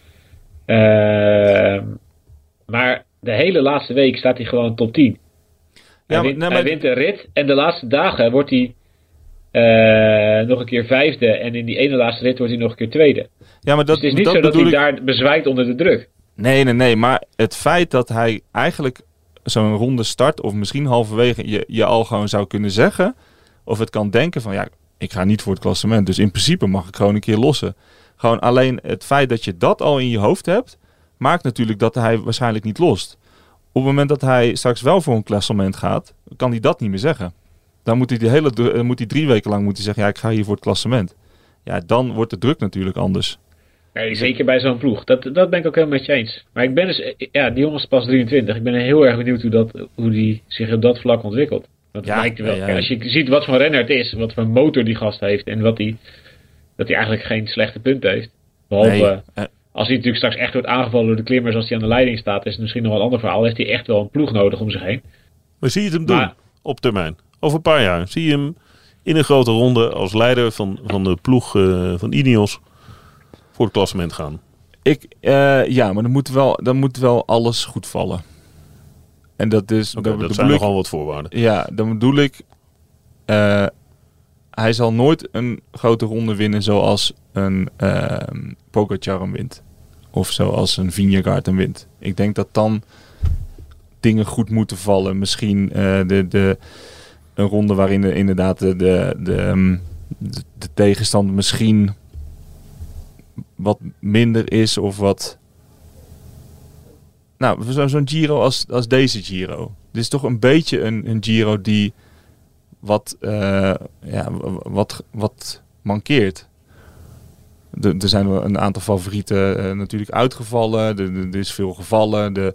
Maar de hele laatste week staat hij gewoon top 10. Hij wint een rit. En de laatste dagen wordt hij nog een keer vijfde. En in die ene laatste rit wordt hij nog een keer tweede. Ja, maar dus het is niet zo dat hij daar bezwijkt onder de druk. Nee. Maar het feit dat hij eigenlijk zo'n ronde start, of misschien halverwege, je al gewoon zou kunnen zeggen, of het kan denken van, ja, ik ga niet voor het klassement. Dus in principe mag ik gewoon een keer lossen. Gewoon alleen het feit dat je dat al in je hoofd hebt, maakt natuurlijk dat hij waarschijnlijk niet lost. Op het moment dat hij straks wel voor een klassement gaat, kan hij dat niet meer zeggen. Dan moet hij 3 weken lang zeggen, ja, ik ga hier voor het klassement. Ja, dan wordt de druk natuurlijk anders. Nee, zeker bij zo'n ploeg. Dat ben ik ook helemaal met je eens. Maar ik ben dus, die jongen is pas 23. Ik ben heel erg benieuwd hoe die zich op dat vlak ontwikkelt. Want het lijkt wel. Ja. Als je ziet wat voor renner het is, wat voor motor die gast heeft en dat hij eigenlijk geen slechte punten heeft. Behalve als hij natuurlijk straks echt wordt aangevallen door de klimmers als hij aan de leiding staat, is het misschien nog wel een ander verhaal. Heeft hij echt wel een ploeg nodig om zich heen. Maar zie je het hem doen op termijn? Over een paar jaar zie je hem in een grote ronde als leider van de ploeg van Ineos. voor het klassement gaan. Ja, maar dan moet wel alles goed vallen. En dat is... Dat zijn nogal wat voorwaarden. Ja, dan bedoel ik... hij zal nooit een grote ronde winnen zoals een Pogacar hem wint. Of zoals een Vingegaard hem wint. Ik denk dat dan dingen goed moeten vallen. Misschien een ronde waarin inderdaad de tegenstander misschien wat minder is of wat... Nou, zo'n Giro als deze Giro. Dit is toch een beetje een Giro die wat mankeert. Er zijn wel een aantal favorieten natuurlijk uitgevallen. Er is veel gevallen. De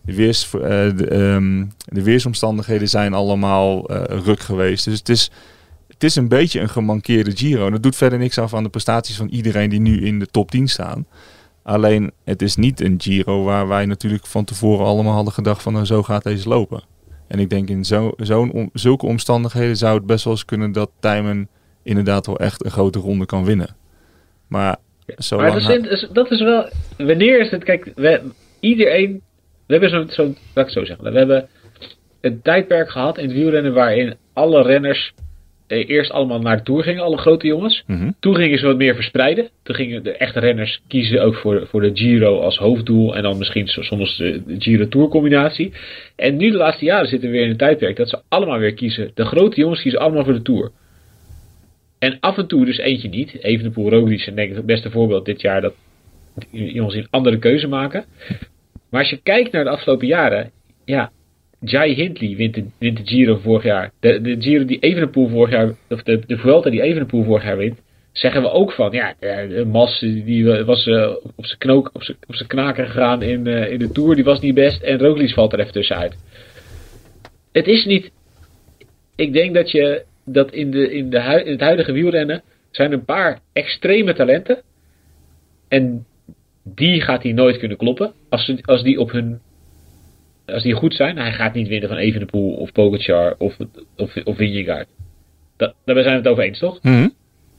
weersomstandigheden zijn allemaal ruk geweest. Dus het is een beetje een gemankeerde Giro. En dat doet verder niks af aan de prestaties van iedereen die nu in de top 10 staan. Alleen, het is niet een Giro waar wij natuurlijk van tevoren allemaal hadden gedacht van zo gaat deze lopen. En ik denk in zulke omstandigheden zou het best wel eens kunnen dat Tijmen inderdaad wel echt een grote ronde kan winnen. Maar dat is wel... Wanneer is het... Kijk, we hebben zo'n... Laat ik het zo zeggen. We hebben een tijdperk gehad in het wielrennen waarin alle renners eerst allemaal naar de Tour gingen, alle grote jongens. Mm-hmm. Toen gingen ze wat meer verspreiden. Toen gingen de echte renners kiezen ook voor de Giro als hoofddoel en dan misschien soms de Giro-Tour combinatie. En nu de laatste jaren zitten we weer in een tijdperk dat ze allemaal weer kiezen. De grote jongens kiezen allemaal voor de Tour. En af en toe dus eentje niet. Evenepoel, Roglic en denk ik het beste voorbeeld dit jaar dat jongens een andere keuze maken. Maar als je kijkt naar de afgelopen jaren, ja, Jai Hindley wint de Giro vorig jaar. De Giro die Evenepoel vorig jaar, of de Vuelta die Evenepoel vorig jaar wint, zeggen we ook van, ja, de Mas die was op zijn knaken gegaan in de Tour, die was niet best en Roglic valt er even tussenuit. Het is niet, ik denk dat in het huidige wielrennen zijn een paar extreme talenten en die gaat hij nooit kunnen kloppen als die goed zijn. Hij gaat niet winnen van Evenepoel of Pogacar of Vingegaard. Daar zijn we het over eens, toch? Mm-hmm.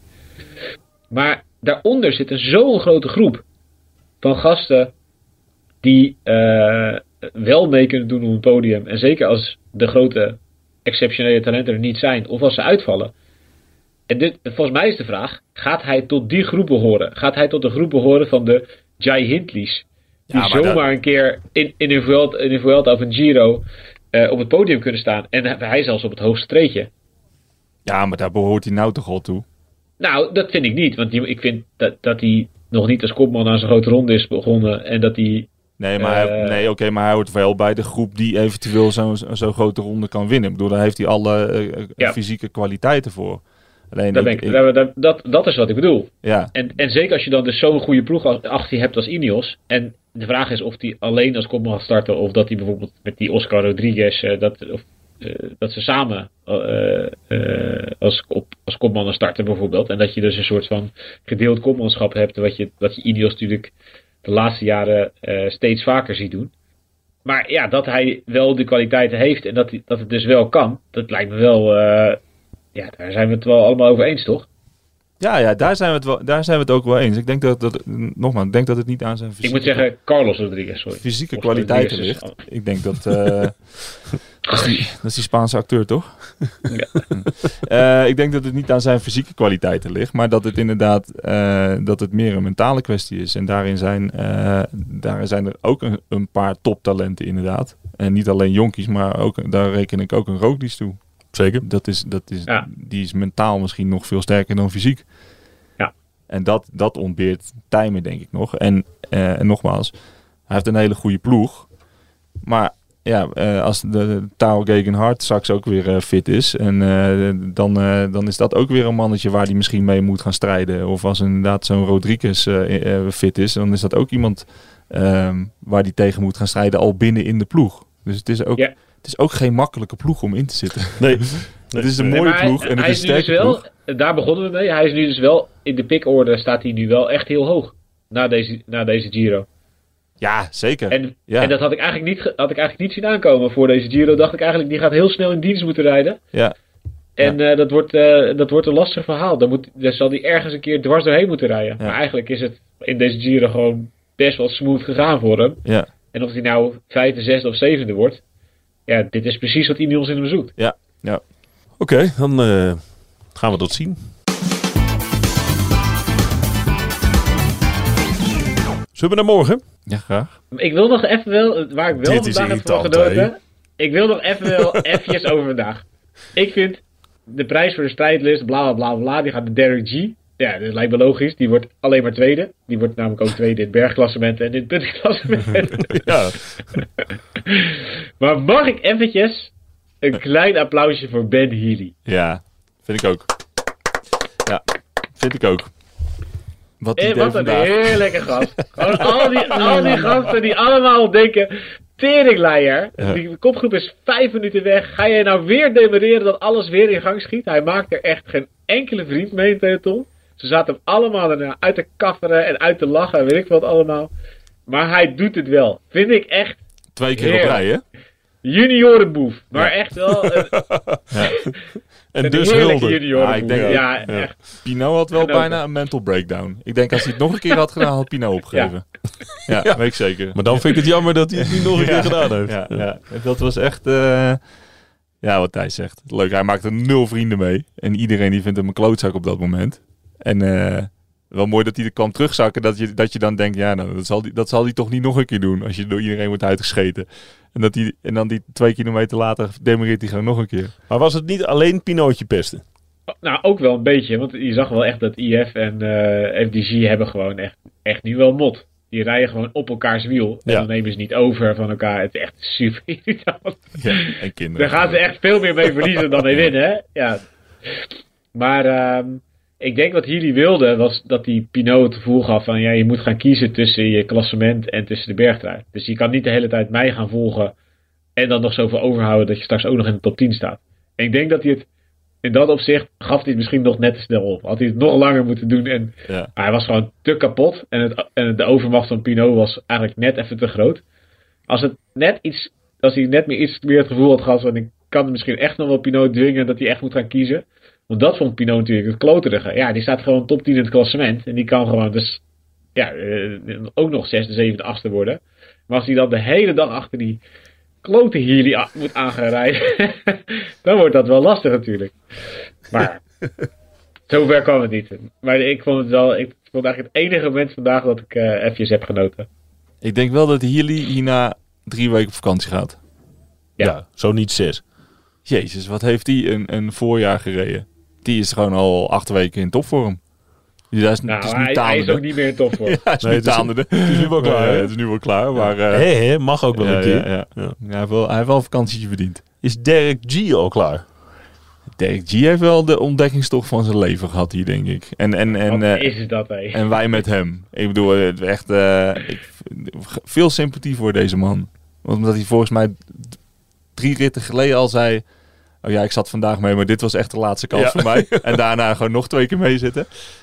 Maar daaronder zit zo'n grote groep van gasten die wel mee kunnen doen op een podium. En zeker als de grote exceptionele talenten er niet zijn of als ze uitvallen. En volgens mij is de vraag, gaat hij tot die groep behoren? Gaat hij tot de groep behoren van de Jai Hindleys? Die zomaar een keer in een Vuelta of een Giro op het podium kunnen staan. En hij zelfs op het hoogste treedje. Ja, maar daar behoort hij nou toch al toe? Nou, dat vind ik niet. Want ik vind dat hij nog niet als kopman aan zijn grote ronde is begonnen. En dat hij... Nee, maar hij hoort wel bij de groep die eventueel zo'n grote ronde kan winnen. Ik bedoel, daar heeft hij alle fysieke kwaliteiten voor. Alleen dat is wat ik bedoel. Ja. En zeker als je dan dus zo'n goede ploeg achter je hebt als Ineos. En de vraag is of hij alleen als kopman gaat starten. Of dat hij bijvoorbeeld met die Oscar Rodriguez. Dat ze samen als kopmannen starten bijvoorbeeld. En dat je dus een soort van gedeeld kopmanschap hebt. Wat je Ineos natuurlijk de laatste jaren steeds vaker ziet doen. Maar ja, dat hij wel de kwaliteiten heeft. En dat het dus wel kan. Dat lijkt me wel... Ja, daar zijn we het wel allemaal over eens, toch? Ja, daar zijn we het ook wel eens. Ik denk dat het niet aan zijn fysieke... Ik moet zeggen, Carlos Rodriguez, sorry. Fysieke kwaliteiten ligt. Ik denk dat... dat is die Spaanse acteur, toch? Ja. Ik denk dat het niet aan zijn fysieke kwaliteiten ligt, maar dat het inderdaad dat het meer een mentale kwestie is. En daarin zijn er ook een paar toptalenten inderdaad. En niet alleen jonkies, maar ook, daar reken ik ook een Roglic toe. Zeker. Die is mentaal misschien nog veel sterker dan fysiek. Ja. En dat ontbeert Tijmen, denk ik nog. En nogmaals, hij heeft een hele goede ploeg. Maar ja, als de Tao Gegenhardt straks ook weer fit is. En dan is dat ook weer een mannetje waar hij misschien mee moet gaan strijden. Of als inderdaad zo'n Rodriguez fit is, dan is dat ook iemand waar hij tegen moet gaan strijden al binnen in de ploeg. Dus het is ook... Ja. Het is ook geen makkelijke ploeg om in te zitten. Nee. Het is een mooie ploeg en het is een sterke ploeg. Daar begonnen we mee. Hij is nu dus wel in de pickorde staat hij nu wel echt heel hoog. Na deze Giro. Ja, zeker. En dat had ik eigenlijk niet zien aankomen voor deze Giro. Dacht ik eigenlijk, die gaat heel snel in dienst moeten rijden. Ja. En dat wordt een lastig verhaal. Dan zal hij ergens een keer dwars doorheen moeten rijden. Ja. Maar eigenlijk is het in deze Giro gewoon best wel smooth gegaan voor hem. Ja. En of hij nou 5e, 6e of 7e wordt. Ja, dit is precies wat Ineos in hem zoekt. Ja. Oké, dan gaan we dat zien. Zullen we naar morgen? Ja, graag. Ik wil nog even wel, waar ik wel Dit is vandaag heb van irritant, genoten. Ik wil nog even wel eventjes over vandaag. Ik vind de prijs voor de strijdlist, bla bla bla bla, die gaat naar Derek G. Ja, dat lijkt me logisch. Die wordt alleen maar tweede. Die wordt namelijk ook tweede in het bergklassement en in het puntklassement. Ja. Maar mag ik eventjes een klein applausje voor Ben Healy? Ja, vind ik ook. Ja, vind ik ook. Wat een heerlijke gast. Gewoon al die gasten die allemaal denken... Teringleier, die kopgroep is 5 minuten weg. Ga jij nou weer demereren dat alles weer in gang schiet? Hij maakt er echt geen enkele vriend mee in het peloton. Ze zaten hem allemaal erna uit te kafferen en uit te lachen en weet ik wat allemaal. Maar hij doet het wel. Vind ik echt 2 keer op rij, hè? Juniorenboef. Maar echt wel... En dus hulde. Ja, ik denk, echt. Pinot had wel bijna een mental breakdown. Ik denk als hij het nog een keer had gedaan, had Pinot opgegeven. Ja, weet ik zeker. Maar dan vind ik het jammer dat hij het niet nog een keer gedaan heeft. Ja. Dat was echt... wat Thijs zegt. Leuk, hij maakte 0 vrienden mee. En iedereen die vindt hem een klootzak op dat moment. En wel mooi dat hij er kwam terugzakken. Dat je dan denkt, ja, nou, dat zal hij toch niet nog een keer doen. Als je door iedereen wordt uitgescheten. En dan die 2 kilometer later demereert hij gewoon nog een keer. Maar was het niet alleen Pinotje pesten? Nou, ook wel een beetje. Want je zag wel echt dat IF en FDG hebben gewoon echt nu wel mot. Die rijden gewoon op elkaars wiel. En dan nemen ze niet over van elkaar. Het is echt super irritant. Ja, en kinderen. Daar gaan ze echt veel meer mee verliezen dan mee winnen. Hè? Ja. Maar ik denk wat Healy wilde was dat die Pinot het gevoel gaf van... Ja, je moet gaan kiezen tussen je klassement en tussen de bergtrui. Dus je kan niet de hele tijd mij gaan volgen. En dan nog zoveel overhouden dat je straks ook nog in de top 10 staat. En ik denk dat hij het... In dat opzicht gaf hij het misschien nog net te snel op. Had hij het nog langer moeten doen. Maar hij was gewoon te kapot. En de overmacht van Pinot was eigenlijk net even te groot. Als hij net iets meer het gevoel had gehad van... Ik kan misschien echt nog wel Pinot dwingen dat hij echt moet gaan kiezen. Want dat vond Pinot natuurlijk het kloterige. Ja, die staat gewoon top 10 in het klassement. En die kan gewoon dus... Ja, ook nog 6e, 7e, 8e worden. Maar als hij dan de hele dag achter die... klote Healy moet aan gaan rijden, dan wordt dat wel lastig natuurlijk. Maar zover kwam het niet. Maar ik vond eigenlijk het enige moment vandaag dat ik eventjes heb genoten. Ik denk wel dat Healy hierna 3 weken op vakantie gaat. Ja, zo niet 6. Jezus, wat heeft hij een voorjaar gereden? Die is gewoon al 8 weken in topvorm. Ja, hij is ook niet meer in topvorm. Het is nu wel klaar. Het is nu wel klaar. Maar, mag ook wel een keer. Ja. Hij heeft wel een vakantietje verdiend. Is Derek G al klaar? Derek G heeft wel de ontdekkingstocht van zijn leven gehad hier, denk ik. Wat is dat, hé? En wij met hem. Ik bedoel, echt veel sympathie voor deze man. Omdat hij volgens mij 3 ritten geleden al zei... Oh ja, ik zat vandaag mee, maar dit was echt de laatste kans voor mij. En daarna gewoon nog 2 keer meezitten.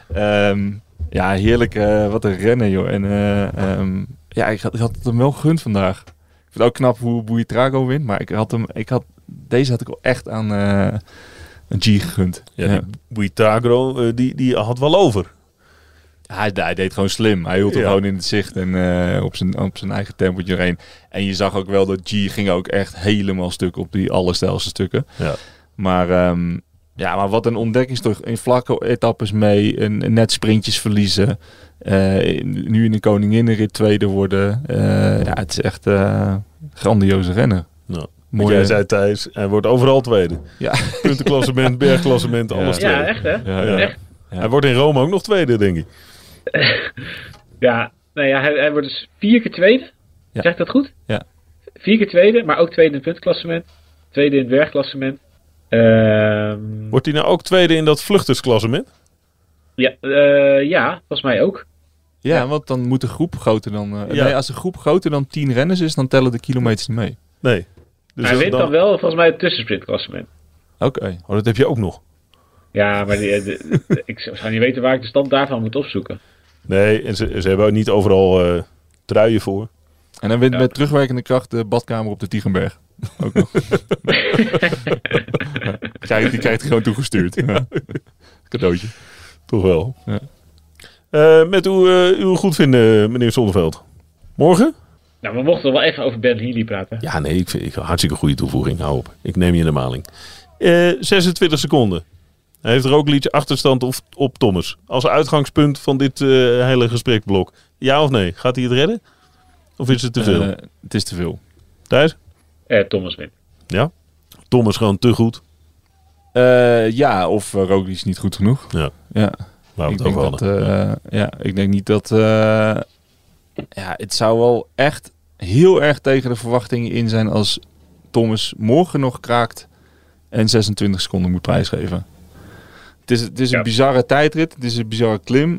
Ja, heerlijk. Wat een rennen, joh. En ik had het hem wel gegund vandaag. Ik vind het ook knap hoe Buitrago wint. Maar deze had ik wel echt aan een G gegund. Ja. Buitrago, die had wel over. Hij deed gewoon slim. Hij hield hem gewoon in het zicht en op zijn eigen tempootje erheen. En je zag ook wel dat G ging ook echt helemaal stuk op die allerstijlste stukken. Ja. Maar wat een ontdekkingstocht. In vlakke etappes mee, net sprintjes verliezen. Nu in de Koninginnenrit tweede worden. Het is echt grandioze rennen. Nou, mooi. Jij zei Thijs, hij wordt overal tweede. Ja. Puntenklassement, bergklassement, alles tweede. Ja, echt hè? Ja. Echt. Ja. Hij wordt in Rome ook nog tweede, denk ik. Hij wordt dus 4 keer tweede. Ja. Zeg ik dat goed? Ja. 4 keer tweede, maar ook tweede in het puntklassement. Tweede in het bergklassement. Wordt hij nou ook tweede in dat vluchtersklassement? Ja, volgens mij ook. Ja, want dan moet de groep groter dan... Nee, als de groep groter dan 10 renners is, dan tellen de kilometers niet mee. Nee. Dus hij wint dan wel volgens mij het tussensprintklassement. Oké. Oh, dat heb je ook nog. Ja, maar ik zou niet weten waar ik de stand daarvan moet opzoeken. Nee, en ze hebben ook niet overal truien voor. En dan wint met terugwerkende kracht de badkamer op de Tiegenberg. Ook nog. Die krijgt gewoon toegestuurd. Ja. Cadeautje. Toch wel. Ja. Met uw goedvinden, meneer Zonneveld. Morgen? Nou, we mochten wel even over Ben Healy praten. Ja, nee, ik vind hartstikke goede toevoeging. Hou op. Ik neem je in de maling. 26 seconden. Hij heeft Roglic achterstand op Thomas. Als uitgangspunt van dit hele gesprekblok. Ja of nee? Gaat hij het redden? Of is het te veel? Het is te veel. Thijs? Thomas wint. Ja? Thomas gewoon te goed. Ja, of Roglic niet goed genoeg. Ja. Ja. Wou Ik het denk ook dat, ik denk niet dat... het zou wel echt heel erg tegen de verwachtingen in zijn als Thomas morgen nog kraakt en 26 seconden moet prijsgeven. Het is een bizarre tijdrit. Het is een bizarre klim.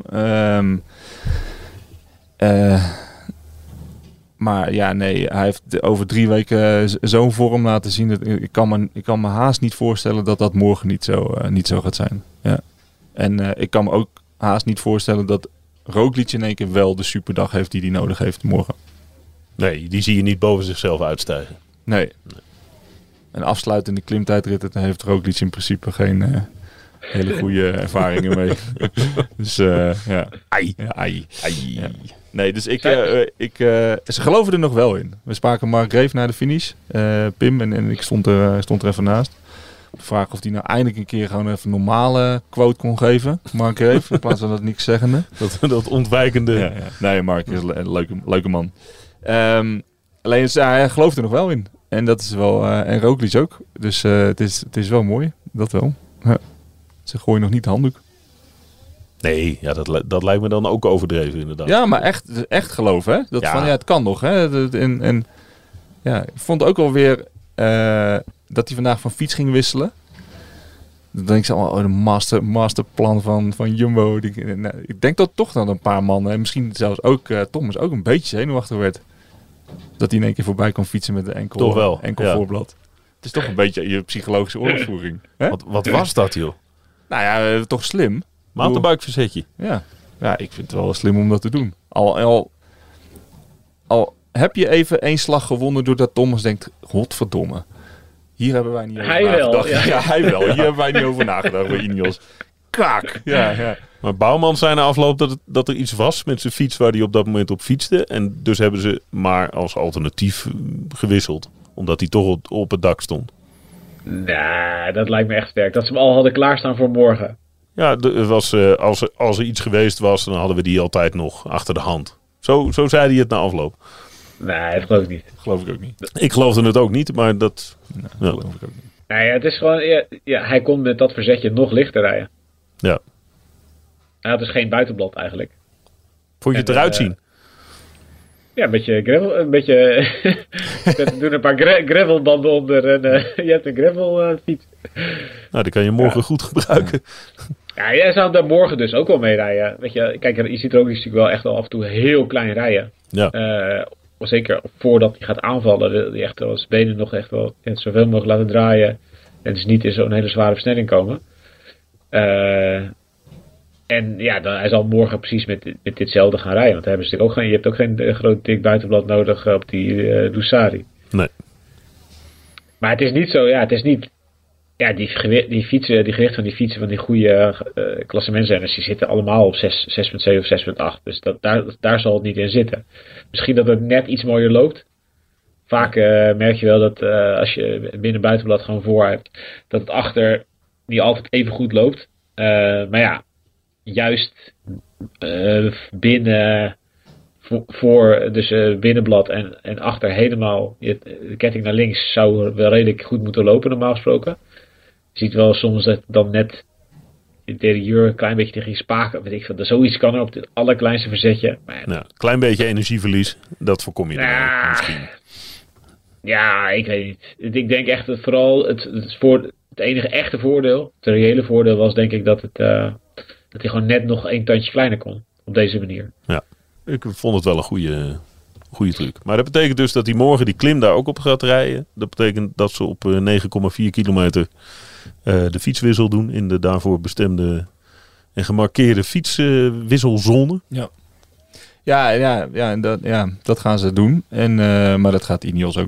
Maar ja, nee. Hij heeft over 3 weken zo'n vorm laten zien. Dat ik kan me haast niet voorstellen dat morgen niet zo gaat zijn. Ja. En ik kan me ook haast niet voorstellen dat Roglic in één keer wel de superdag heeft die hij nodig heeft morgen. Nee, die zie je niet boven zichzelf uitstijgen. Nee. Een afsluitende klimtijdrit, daar heeft Roglic in principe geen hele goede ervaringen mee. Dus ja. Ai. Ja. Nee, dus ze geloven er nog wel in. We spraken Mark Graeve na de finish. Pim en ik stond er even naast. De vraag of hij nou eindelijk een keer gewoon even een normale quote kon geven. Mark Graeve, in plaats van dat niks zeggende. Dat ontwijkende. Ja. Nee, Mark is een leuke man. Alleen hij gelooft er nog wel in. En dat is wel. En Roglic ook. Dus het is wel mooi. Dat wel. Ze gooien nog niet de handdoek. Nee, ja, dat lijkt me dan ook overdreven inderdaad. Ja, maar echt geloven, hè? Dat van het kan nog, hè? En ja, ik vond ook wel weer dat hij vandaag van fiets ging wisselen. Dan denk ik zo, de masterplan van Jumbo. Ik denk dat toch dan een paar mannen, en misschien zelfs ook Thomas, ook een beetje zenuwachtig werd. Dat hij in één keer voorbij kon fietsen met de enkel voorblad. Het is toch een beetje je psychologische oorlogsvoering. Hè? Wat was dat, joh? Nou ja, toch slim. Mountainbike-verzetje. Ja, ik vind het wel slim om dat te doen. Al heb je even 1 slag gewonnen doordat Thomas denkt, godverdomme. Hier hebben wij niet over nagedacht. Ja, hij wel. Hier hebben wij niet over nagedacht bij Ineos. Kaak. Ja. Maar Bouwman zei na afloop dat er iets was met zijn fiets waar hij op dat moment op fietste. En dus hebben ze maar als alternatief gewisseld. Omdat hij toch op het dak stond. Nou, dat lijkt me echt sterk. Dat ze hem al hadden klaarstaan voor morgen. Ja, als er iets geweest was, dan hadden we die altijd nog achter de hand. Zo zei hij het na afloop. Nee, dat geloof ik niet. Geloof ik ook niet. Ik geloofde het ook niet, maar dat... geloof ik ook niet. Nou ja, het is gewoon... Ja, hij kon met dat verzetje nog lichter rijden. Ja. Hij had dus geen buitenblad eigenlijk. Vond je het eruit zien? Ja, een beetje gravel. Een beetje... We doen een paar gravelbanden onder en je hebt een gravel fiets. Nou, die kan je morgen goed gebruiken. Ja, jij zou daar morgen dus ook wel mee rijden. Weet je, kijk, je ziet er ook natuurlijk wel echt al af en toe heel klein rijden. Ja. Zeker voordat hij gaat aanvallen, wil hij echt wel zijn benen nog echt wel zoveel mogelijk laten draaien. En dus niet in zo'n hele zware versnelling komen. En ja, hij zal morgen precies met ditzelfde gaan rijden. Want daar hebben ze natuurlijk ook je hebt ook geen groot dik buitenblad nodig op die Dussari. Nee. Maar het is niet zo, het is niet... Ja, die gewicht van die fietsen van die goede klassementsrenners, die zitten allemaal op 6,7 of 6,8. Dus daar zal het niet in zitten. Misschien dat het net iets mooier loopt. Vaak merk je wel dat als je binnen buitenblad gewoon voor hebt, dat het achter niet altijd even goed loopt. Maar ja, juist binnen binnenblad en achter helemaal de ketting naar links zou wel redelijk goed moeten lopen normaal gesproken. Je ziet wel soms dat dan net de interieur een klein beetje tegen je spaken, weet ik veel. Zoiets kan er op het allerkleinste verzetje. Maar klein beetje energieverlies, dat voorkom je dan ook misschien. Ja, ik weet niet. Ik denk echt dat vooral het enige echte voordeel, het reële voordeel was denk ik dat hij gewoon net nog 1 tandje kleiner kon. Op deze manier. Ja, ik vond het wel een goede truc. Maar dat betekent dus dat hij morgen die klim daar ook op gaat rijden. Dat betekent dat ze op 9,4 kilometer de fietswissel doen in de daarvoor bestemde en gemarkeerde fietswisselzone. Ja, dat gaan ze doen. Maar dat gaat Ineos ook doen.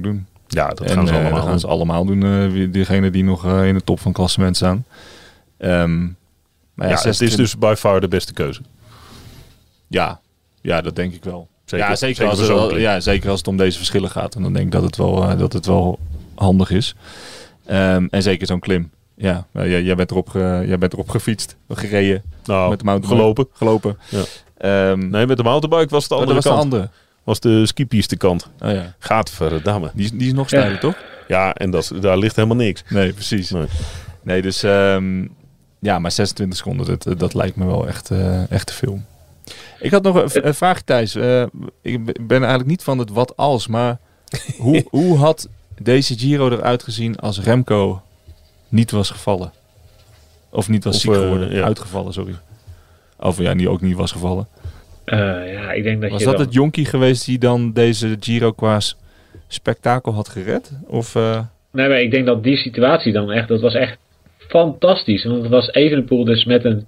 Ja, dat gaan ze allemaal dat gaan ze allemaal doen. Diegenen die nog in de top van het klassement staan. Maar het is dus by far de beste keuze. Ja, dat denk ik wel. Zeker als het om deze verschillen gaat. En dan denk ik dat het wel handig is. En zeker zo'n klim. Ja, jij bent erop gefietst, gereden. Nou, met de mountainbike. Gelopen. Ja. Nee, met de mountainbike was het de andere kant. Was de skipiste kant. Oh, ja. Gadverdamme. Die is nog steiler, toch? Ja, en daar ligt helemaal niks. Nee, precies. Nee, dus... maar 26 seconden, dat lijkt me wel echt te veel. Ik had nog een vraagje, Thijs. Ik ben eigenlijk niet van het wat als, maar hoe had deze Giro eruit gezien als Remco niet was gevallen? Of niet was ziek geworden? Uitgevallen, sorry. Of ook niet was gevallen. Ik denk dat was dat het jonkie geweest die dan deze Giro qua spektakel had gered? Of, Nee, maar ik denk dat die situatie dan echt, dat was echt fantastisch. Want het was Evenepoel dus met een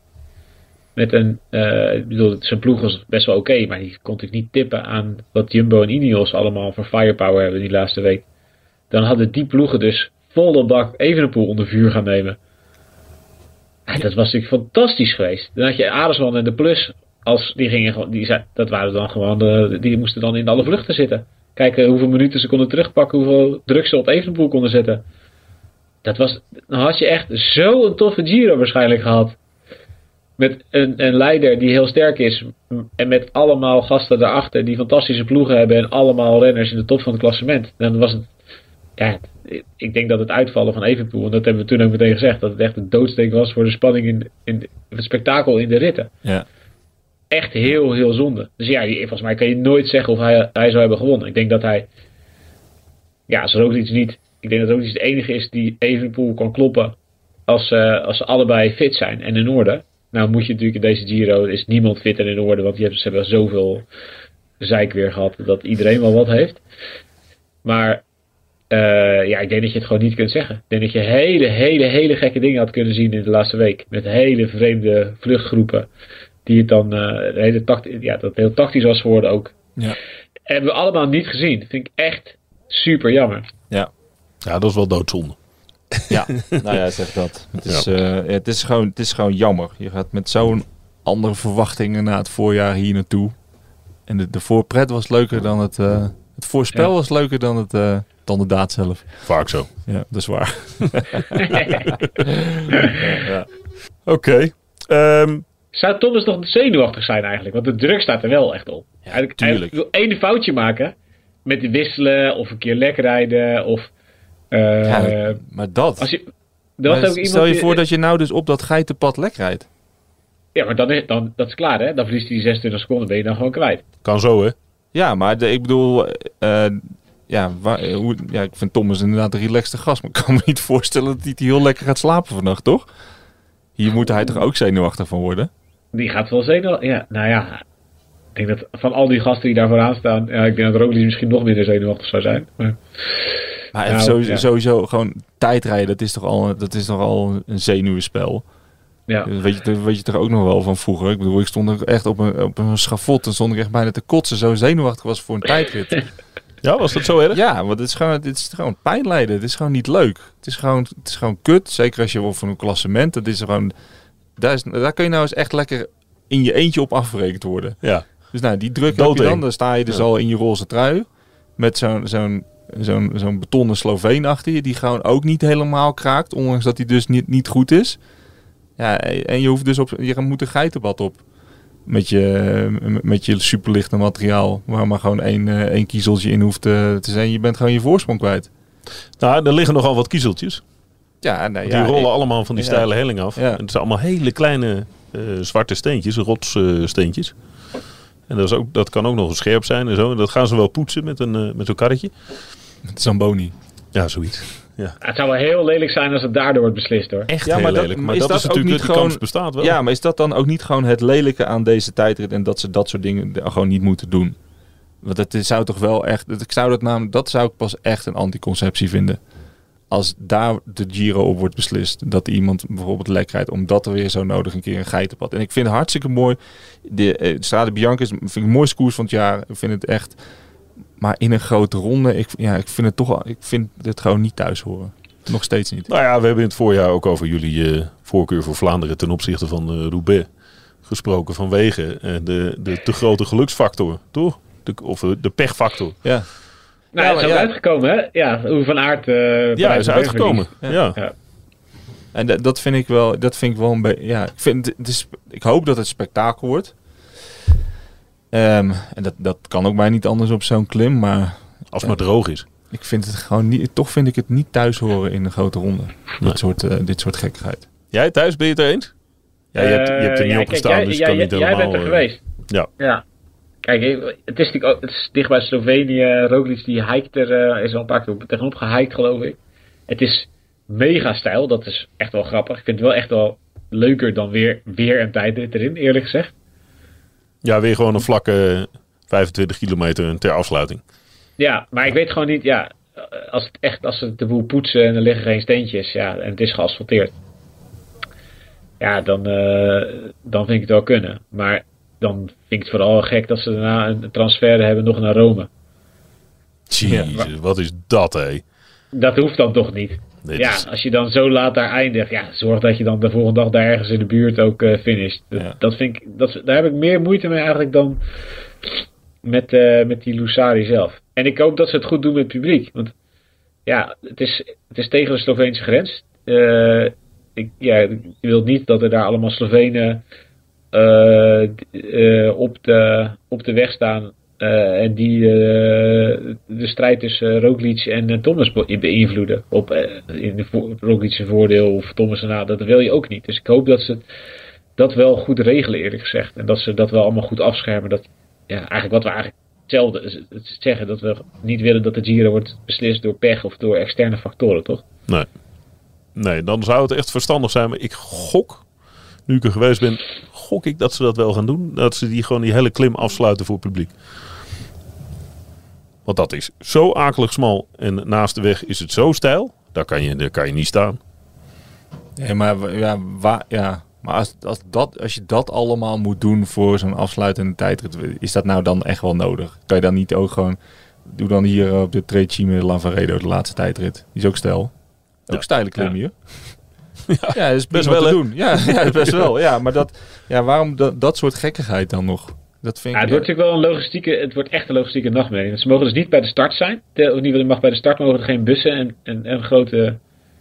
ik bedoel, zijn ploeg was best wel oké, maar die kon ik niet tippen aan wat Jumbo en Ineos allemaal voor firepower hebben die laatste week. Dan hadden die ploegen dus volle bak Evenepoel onder vuur gaan nemen. En dat was natuurlijk fantastisch geweest. Dan had je Aresman en de Plus, die moesten dan in alle vluchten zitten. Kijken hoeveel minuten ze konden terugpakken, hoeveel druk ze op Evenepoel konden zetten. Dan had je echt zo'n toffe Giro waarschijnlijk gehad. Met een leider die heel sterk is. En met allemaal gasten daarachter die fantastische ploegen hebben. En allemaal renners in de top van het klassement. Dan was het... Ja, ik denk dat het uitvallen van Evenepoel, en dat hebben we toen ook meteen gezegd, dat het echt een doodsteek was voor de spanning in het spektakel in de ritten. Ja. Echt heel, heel zonde. Dus ja, volgens mij kan je nooit zeggen of hij zou hebben gewonnen. Ik denk dat hij... Ja, als Roglic niet... Ik denk dat Roglic de enige is die Evenepoel kan kloppen als ze allebei fit zijn en in orde. Nou moet je natuurlijk in deze Giro, is niemand fit en in orde, want ze hebben zoveel zeik weer gehad dat iedereen wel wat heeft. Maar ik denk dat je het gewoon niet kunt zeggen. Ik denk dat je hele gekke dingen had kunnen zien in de laatste week. Met hele vreemde vluchtgroepen. Die het dan dat heel tactisch was geworden ook. Ja. Hebben we allemaal niet gezien. Dat vind ik echt super jammer. Ja, dat is wel doodzonde. Ja, nou ja, zeg dat. Het is gewoon jammer. Je gaat met zo'n andere verwachtingen na het voorjaar hier naartoe. En de voorpret was leuker dan het voorspel was leuker dan de daad zelf. Vaak zo. Ja, dat is waar. Ja. Oké. Zou Thomas nog zenuwachtig zijn eigenlijk? Want de druk staat er wel echt op. Ja, tuurlijk. Hij wil één foutje maken met de wisselen of een keer lek rijden of... maar dat... Stel je voor dat je nou dus op dat geitenpad lek rijdt. Ja, maar dan dat is klaar, hè? Dan verliest hij 26 seconden, ben je dan gewoon kwijt. Kan zo, hè? Ja, maar ik bedoel... ik vind Thomas inderdaad een relaxte gast. Maar ik kan me niet voorstellen dat hij heel lekker gaat slapen vannacht, toch? Hier moet hij toch ook zenuwachtig van worden? Die gaat wel zenuwachtig... Ja, nou ja... Ik denk dat van al die gasten die daar vooraan staan... Ja, ik denk dat Roglic misschien nog minder zenuwachtig zou zijn. Maar sowieso gewoon tijdrijden, dat is toch al een zenuwenspel. Ja. Dat weet je toch ook nog wel van vroeger. Ik bedoel, ik stond er echt op een schafot en stond ik echt bijna te kotsen. Zo zenuwachtig was voor een tijdrit. Ja, was dat zo erg? Ja, want het is gewoon pijn lijden. Het is gewoon niet leuk. Het is gewoon kut. Zeker als je op een klassement. Dat is gewoon, daar kun je nou eens echt lekker in je eentje op afgerekend worden. Ja. Dus nou, die druk heb je dan sta je dus al in je roze trui. Met zo'n betonnen Sloveen achter je. Die gewoon ook niet helemaal kraakt. Ondanks dat hij dus niet goed is. Ja, en je hoeft dus je moet een geitenbad op. Met je superlichte materiaal. Waar maar gewoon één kiezeltje in hoeft te zijn. Je bent gewoon je voorsprong kwijt. Nou, er liggen nogal wat kiezeltjes. Ja, die rollen allemaal van die steile helling af. Ja. En het zijn allemaal hele kleine zwarte steentjes. Rotssteentjes. En dat kan ook nog eens scherp zijn en zo. En dat gaan ze wel poetsen met zo'n karretje. Met Zamboni. Ja, zoiets. Ja. Het zou wel heel lelijk zijn als het daardoor wordt beslist, hoor. Echt heel lelijk. Maar dat is natuurlijk de kans bestaat wel. Ja, maar is dat dan ook niet gewoon het lelijke aan deze tijdrit en dat ze dat soort dingen gewoon niet moeten doen? Want het zou toch wel echt... Dat zou ik pas echt een anticonceptie vinden. Als daar de Giro op wordt beslist. Dat iemand bijvoorbeeld lek rijdt. Omdat er weer zo nodig een keer een geitenpad. En ik vind het hartstikke mooi. De Strade Bianca vind ik de mooiste koers van het jaar. Ik vind het echt Maar in een grote ronde, ik vind het gewoon niet thuis horen. Nog steeds niet. Nou ja, we hebben in het voorjaar ook over jullie voorkeur voor Vlaanderen ten opzichte van Roubaix gesproken vanwege de te grote geluksfactor, toch? De pechfactor. Ja. Nou, hij is ook uitgekomen, hè? Ja, hoe Van Aert... ja, is uitgekomen. Ja. En dat vind ik wel een beetje... Ja, ik hoop dat het spektakel wordt. En dat kan ook mij niet anders op zo'n klim, maar... Als het maar droog is. Ik vind het gewoon niet... Toch vind ik het niet thuis horen in een grote ronde. Nee. Dit soort gekkigheid. Jij thuis, ben je het er eens? Ja, je hebt er niet op gestaan, dus je kan niet helemaal... Jij bent er geweest. Ja. Kijk, het is dicht bij Slovenië. Roglic die hiked is al een paar keer tegenop gehiked, geloof ik. Het is mega stijl. Dat is echt wel grappig. Ik vind het wel echt wel leuker dan weer een tijdrit erin, eerlijk gezegd. Ja, weer gewoon een vlakke 25 kilometer ter afsluiting. Ja, maar ik weet gewoon niet... Ja, als ze de boel poetsen en er liggen geen steentjes... Ja, en het is geasfalteerd. Ja, dan vind ik het wel kunnen. Maar... dan vind ik het vooral gek dat ze daarna een transfer hebben nog naar Rome. Jezus, wat is dat, hé? Dat hoeft dan toch niet? Nee, als je dan zo laat daar eindigt, zorg dat je dan de volgende dag daar ergens in de buurt ook finisht. Ja. Daar heb ik meer moeite mee eigenlijk dan met die Lousari zelf. En ik hoop dat ze het goed doen met het publiek. Want ja, het is tegen de Sloveense grens. Ik wil niet dat er daar allemaal Slovenen... op de weg staan en die de strijd tussen Roglic en Thomas beïnvloeden in Roglic zijn voordeel of Thomas en dat wil je ook niet. Dus ik hoop dat ze dat wel goed regelen, eerlijk gezegd, en dat ze dat wel allemaal goed afschermen. Dat eigenlijk wat we eigenlijk hetzelfde zeggen, dat we niet willen dat de Giro wordt beslist door pech of door externe factoren, toch? Nee, dan zou het echt verstandig zijn, maar ik gok, nu ik er geweest ben, gok ik dat ze dat wel gaan doen. Dat ze die hele klim afsluiten voor het publiek. Want dat is zo akelig smal en naast de weg is het zo steil. Daar kan je niet staan. Nee, maar maar als je dat allemaal moet doen voor zo'n afsluitende tijdrit, is dat nou dan echt wel nodig? Kan je dan niet ook gewoon... Doe dan hier op de Trecime Lavaredo de laatste tijdrit. Die is ook steil. Ook steile klim hier. Ja, dat is best wel te doen. Ja, best wel. Ja, maar waarom dat soort gekkigheid dan nog? Dat vind ik het wordt natuurlijk wel het wordt echt een logistieke nachtmerrie. Ze mogen dus niet bij de start zijn. Of niet, mag bij de start mogen er geen bussen en grote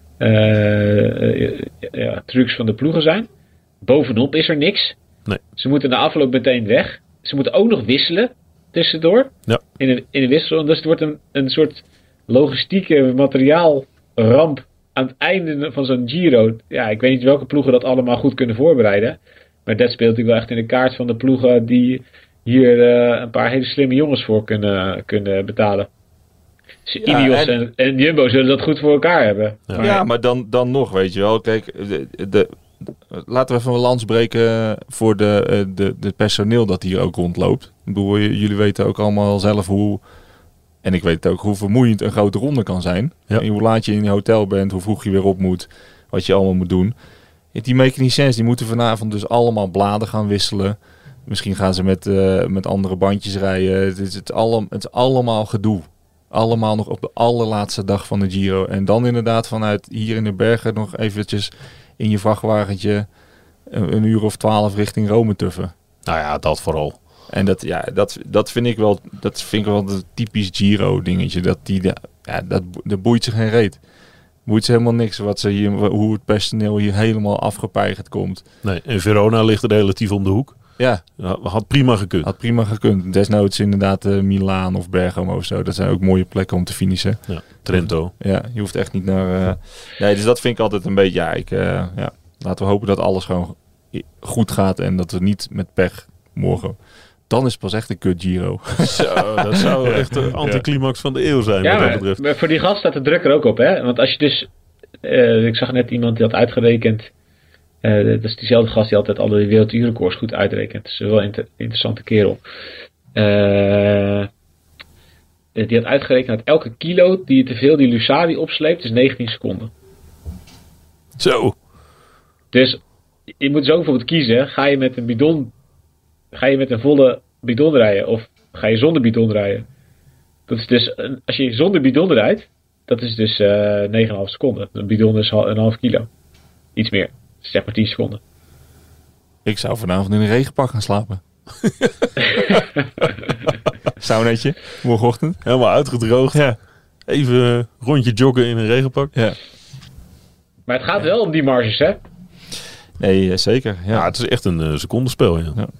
trucks van de ploegen zijn. Bovenop is er niks. Nee. Ze moeten na afloop meteen weg. Ze moeten ook nog wisselen tussendoor. Ja. In een wissel. Dus het wordt een soort logistieke materiaalramp aan het einde van zo'n Giro. Ja, ik weet niet welke ploegen dat allemaal goed kunnen voorbereiden. Maar dat speelt natuurlijk wel echt in de kaart van de ploegen die hier een paar hele slimme jongens voor kunnen betalen. Dus Ineos en Jumbo zullen dat goed voor elkaar hebben. Ja, maar dan nog, weet je wel. Kijk, laten we even een lans breken voor de personeel dat hier ook rondloopt. Ik bedoel, jullie weten ook allemaal zelf hoe... En ik weet ook hoe vermoeiend een grote ronde kan zijn. Ja. En hoe laat je in je hotel bent, hoe vroeg je weer op moet, wat je allemaal moet doen. Die mechaniciens die moeten vanavond dus allemaal bladen gaan wisselen. Misschien gaan ze met andere bandjes rijden. Het is allemaal gedoe. Allemaal nog op de allerlaatste dag van de Giro. En dan inderdaad vanuit hier in de bergen nog eventjes in je vrachtwagentje een uur of 12 richting Rome tuffen. Nou ja, dat vooral. En dat vind ik wel een typisch Giro dingetje. Dat boeit ze geen reet. Boeit ze helemaal niks hoe het personeel hier helemaal afgepeigerd komt. Nee, en Verona ligt er relatief om de hoek. Ja. Had prima gekund. Desnoods inderdaad Milaan of Bergamo of zo. Dat zijn ook mooie plekken om te finishen. Ja, Trento. Ja, je hoeft echt niet naar... Nee, dus dat vind ik altijd een beetje... laten we hopen dat alles gewoon goed gaat en dat we niet met pech morgen... Dan is het pas echt een kut Giro. Zo, dat zou echt de anticlimax van de eeuw zijn. Ja, wat dat betreft. Maar voor die gast staat de druk er ook op. Hè? Want als je dus... ik zag net iemand die had uitgerekend... dat is diezelfde gast die altijd alle werelduurrecords goed uitrekent. Dat is wel een interessante kerel. Die had uitgerekend dat elke kilo die je te veel die Lousari opsleept is 19 seconden. Zo. Dus je moet zo bijvoorbeeld kiezen. Ga je met een volle bidon rijden of ga je zonder bidon rijden? Dat is dus, als je zonder bidon rijdt, dat is dus 9,5 seconden. Een bidon is een half kilo. Iets meer. Zeg maar 10 seconden. Ik zou vanavond in een regenpak gaan slapen. Saunetje, morgenochtend. Helemaal uitgedroogd. Ja. Even een rondje joggen in een regenpak. Ja. Maar het gaat wel om die marges, hè? Nee, zeker. Ja. Ja, het is echt een secondenspel. Ja. Ja.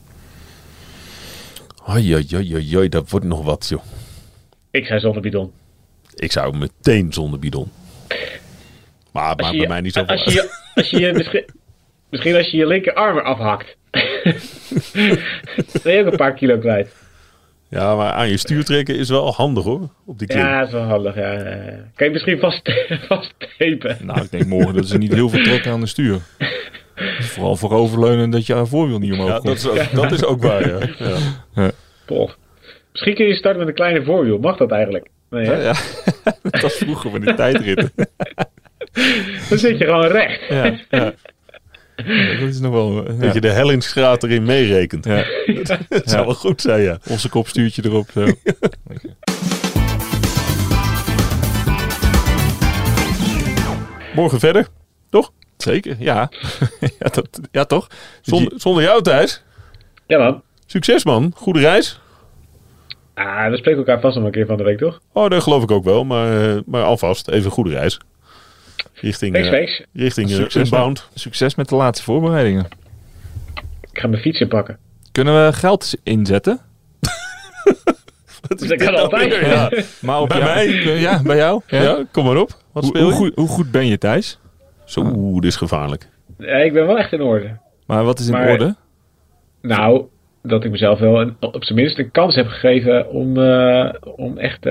Hoi, dat wordt nog wat, joh. Ik zei zonder bidon. Ik zou meteen zonder bidon. Maar het maakt bij mij niet zo als misschien als je je linkerarm afhakt. Dan ben je ook een paar kilo kwijt. Ja, maar aan je stuur trekken is wel handig, hoor. Op die klim. Ja, dat is wel handig. Ja. Kan je misschien vasttepen? Nou, ik denk morgen dat ze niet heel veel trekken aan de stuur. Vooral voor overleunen dat je voorwiel niet omhoog Ja, komt. dat is ook waar, ja. Ja. Toch. Misschien kun je starten met een kleine voorwiel. Mag dat eigenlijk? Nee, hè? Ja, dat was vroeger met de tijdritten. Dan zit je gewoon recht. Ja. Dat is nog wel... Dat je de hellingsgraad erin meerekent. Ja. Dat zou wel goed zijn, ja. Onze kopstuurtje erop. Zo. Morgen verder, toch? Zeker, ja. Ja, toch? Zonder jou, Thijs. Ja, man. Succes, man. Goede reis. We spreken elkaar vast nog een keer van de week, toch? Oh, dat geloof ik ook wel. Maar alvast, even goede reis. Richting Unbound. Succes met de laatste voorbereidingen. Ik ga mijn fietsen pakken. Kunnen we geld inzetten? Dat kan altijd. Ja. Maar op Bij jou- mij? Ja, bij jou? Ja. Ja, kom maar op. Wat speel je? Hoe goed ben je, Thijs? Zo, dit is gevaarlijk. Ja, ik ben wel echt in orde. Maar wat is in Maar- orde? Nou, dat ik mezelf wel op zijn minst een kans heb gegeven om echt...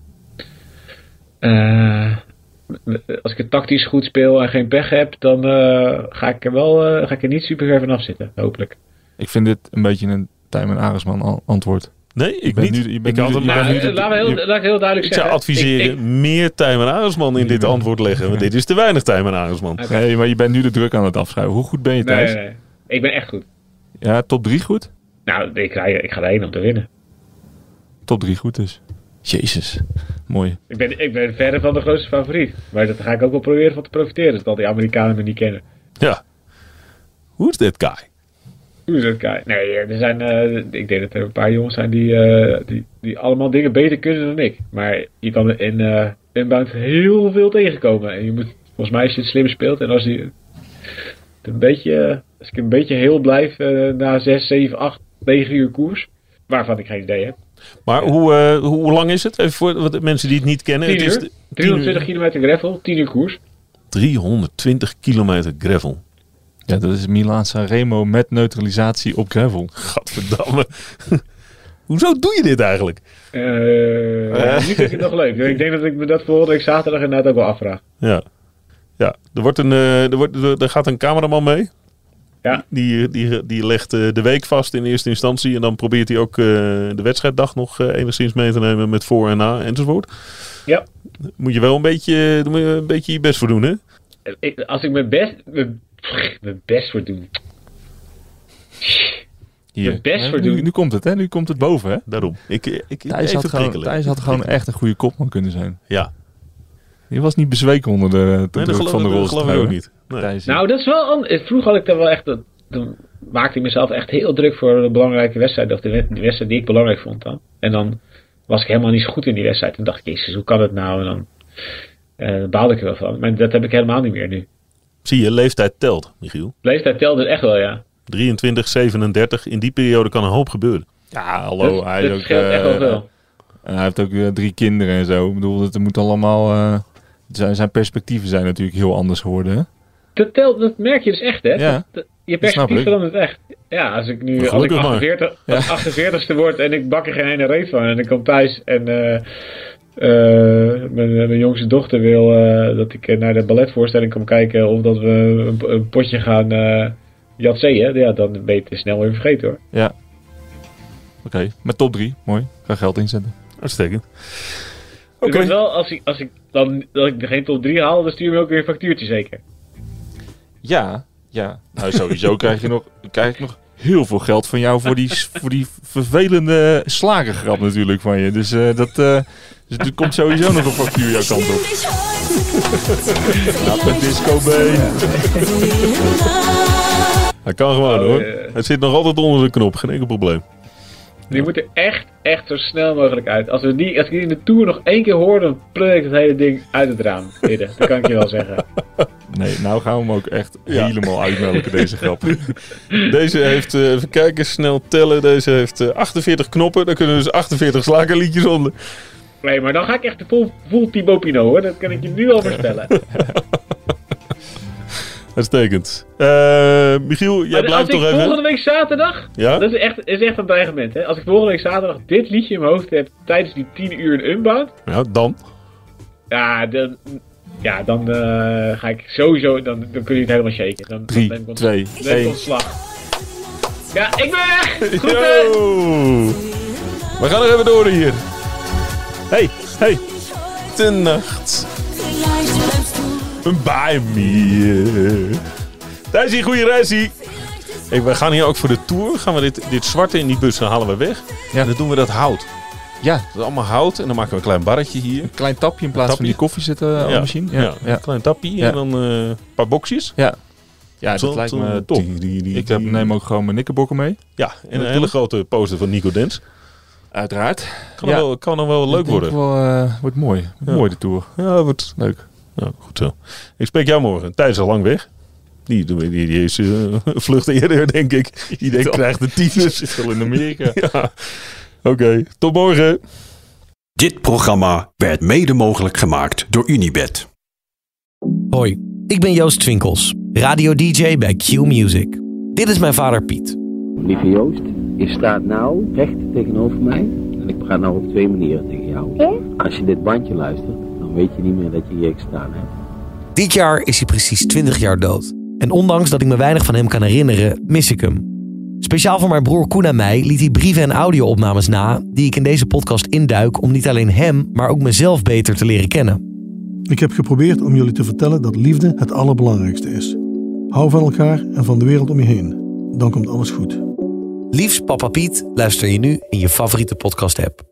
als ik het tactisch goed speel en geen pech heb, dan ga ik er niet super ver vanaf zitten, hopelijk. Ik vind dit een beetje een Tijmen Aresman antwoord. Nee, ik bent niet. nu- je bent Ik had nu- hem- je bent nu- Laat ik heel duidelijk Ik zou zeggen. adviseren meer Tijmen Aresman in dit antwoord leggen. Want dit is te weinig Tijmen Aresman. Oké. Nee, maar je bent nu de druk aan het afschuiven. Hoe goed ben je, Thijs? Nee. Ik ben echt goed. Ja, top 3 goed? Nou, ik ga er één om te winnen. Top 3 goed dus. Jezus, mooi. Ik ben verder van de grootste favoriet. Maar daar ga ik ook wel proberen van te profiteren. Dat al die Amerikanen me niet kennen. Ja. Who's that guy? Hoe is dat, Kai? Nee, er zijn, ik denk dat er een paar jongens zijn die allemaal dingen beter kunnen dan ik. Maar je kan er in Unbound heel veel tegenkomen. En je moet, volgens mij als je het slim speelt en als ik een beetje heel blijf na 6, 7, 8, 9 uur koers. Waarvan ik geen idee heb. Maar hoe lang is het? Even voor de mensen die het niet kennen. 10 Het is uur. 320 kilometer gravel, 10 uur koers. 320 kilometer gravel. Ja, dat is Milaan-San Remo met neutralisatie op gravel. Gadverdamme. Hoezo doe je dit eigenlijk? Nu vind ik het nog leuk. Ik denk dat ik me dat volgende week zaterdag inderdaad ook wel afvraag. Ja. Ja, er gaat een cameraman mee. Ja. Die legt de week vast in eerste instantie. En dan probeert hij ook de wedstrijddag nog enigszins mee te nemen met voor en na enzovoort. Ja. Moet je wel een beetje je best voor doen, hè? Als ik mijn best voor doen. Hier. Mijn best voor doen. Nu komt het, hè? Nu komt het boven, hè? Daarom. Thijs had gewoon echt een goede kopman kunnen zijn. Ja. Die was niet bezweken onder de druk van de rolstoel. Dat geloof ik ook niet. Nee. Thijs, Nou, dat is wel anders. Vroeger had ik daar wel echt... Dan maakte ik mezelf echt heel druk voor een belangrijke wedstrijd. Of de wedstrijd die ik belangrijk vond dan. En dan was ik helemaal niet zo goed in die wedstrijd. En dacht ik, jezus, hoe kan het nou? En dan baalde ik er wel van. Maar dat heb ik helemaal niet meer nu. Zie je, leeftijd telt, Michiel. Leeftijd telt dus echt wel, ja. 23, 37. In die periode kan een hoop gebeuren. Ja, hallo. Hij is dat ook, scheelt echt wel veel. hij heeft ook 3 kinderen en zo. Ik bedoel, het moet allemaal... zijn perspectieven zijn natuurlijk heel anders geworden, hè? Dat merk je dus echt, hè? Ja. Je snap perspectief ik. verandert echt. Ja, als ik nu Gelukkig maar. 48ste word en ik bak er geen ene reet van. En ik kom thuis en mijn jongste dochter wil dat ik naar de balletvoorstelling kom kijken. Of dat we een potje gaan jatseeën. Ja, dan ben je het snel weer vergeten, hoor. Ja. Oké, met top 3. Mooi. Ga geld inzetten. Uitstekend. Ik moet wel, als ik geen top 3 haal, dan stuur je me ook weer een factuurtje zeker. Ja. Nou, sowieso krijg ik nog heel veel geld van jou voor die vervelende slagergrap natuurlijk van je. Dus dus er komt sowieso nog een factuur jouw kant op. Met disco been. Hij kan gewoon hoor. Hij zit nog altijd onder de knop, geen enkel probleem. Die moet er echt zo snel mogelijk uit. Als ik die in de Tour nog 1 keer hoor, dan pleur ik het hele ding uit het raam. Hidde, dat kan ik je wel zeggen. Nee, nou gaan we hem ook echt helemaal uitmelken, deze grap. Deze heeft, even kijken, snel tellen. Deze heeft 48 knoppen. Daar kunnen dus 48 slagerliedjes onder. Nee, maar dan ga ik echt full Thibaut Pinot hoor. Dat kan ik je nu al voorspellen. Uitstekend. Michiel, jij blijft toch even... Volgende week zaterdag... Ja? Dat is echt een dreigement, hè. Als ik volgende week zaterdag dit liedje in mijn hoofd heb tijdens die 10 uur in Unbound... Ja, dan? Dan ga ik sowieso... Dan kun je het helemaal shaken. Dan 3, 2, 1... ontslag. Ja, ik ben weg! Goed, we gaan er even door hier. Hey. De nacht. Bij me. Daar is die goede reisie. Hey, we gaan hier ook voor de Tour. Gaan we dit zwarte in die bus, dan halen we weg. Ja. En dan doen we dat hout. Ja. Dat is allemaal hout. En dan maken we een klein barretje hier. Een klein tapje in plaats van die koffiezetappmachine. Ja, een klein tapje. Ja. En dan een paar boxjes. Ja, dat lijkt me top. Ik neem ook gewoon mijn knikkerbokken mee. Ja, en een hele grote poster van Nico Dens. Uiteraard. Kan dan wel leuk worden. Wordt mooi. Mooi de Tour. Ja, wordt leuk. Nou, goed zo. Ik spreek jou morgen. Thijs is al lang weg. Die is vlucht eerder, denk ik. Iedereen krijgt de tyfus. Zit wel in Amerika. Ja. Oké, tot morgen. Dit programma werd mede mogelijk gemaakt door Unibet. Hoi, ik ben Joost Twinkels, radio-dj bij Q Music. Dit is mijn vader Piet. Lieve Joost, je staat nou recht tegenover mij. En ik praat nou op 2 manieren tegen jou. Als je dit bandje luistert, dan weet je niet meer dat je hier gestaan hebt. Dit jaar is hij precies 20 jaar dood. En ondanks dat ik me weinig van hem kan herinneren, mis ik hem. Speciaal voor mijn broer Koen en mij liet hij brieven en audio-opnames na... die ik in deze podcast induik om niet alleen hem, maar ook mezelf beter te leren kennen. Ik heb geprobeerd om jullie te vertellen dat liefde het allerbelangrijkste is. Hou van elkaar en van de wereld om je heen. Dan komt alles goed. Liefst Papa Piet luister je nu in je favoriete podcast-app.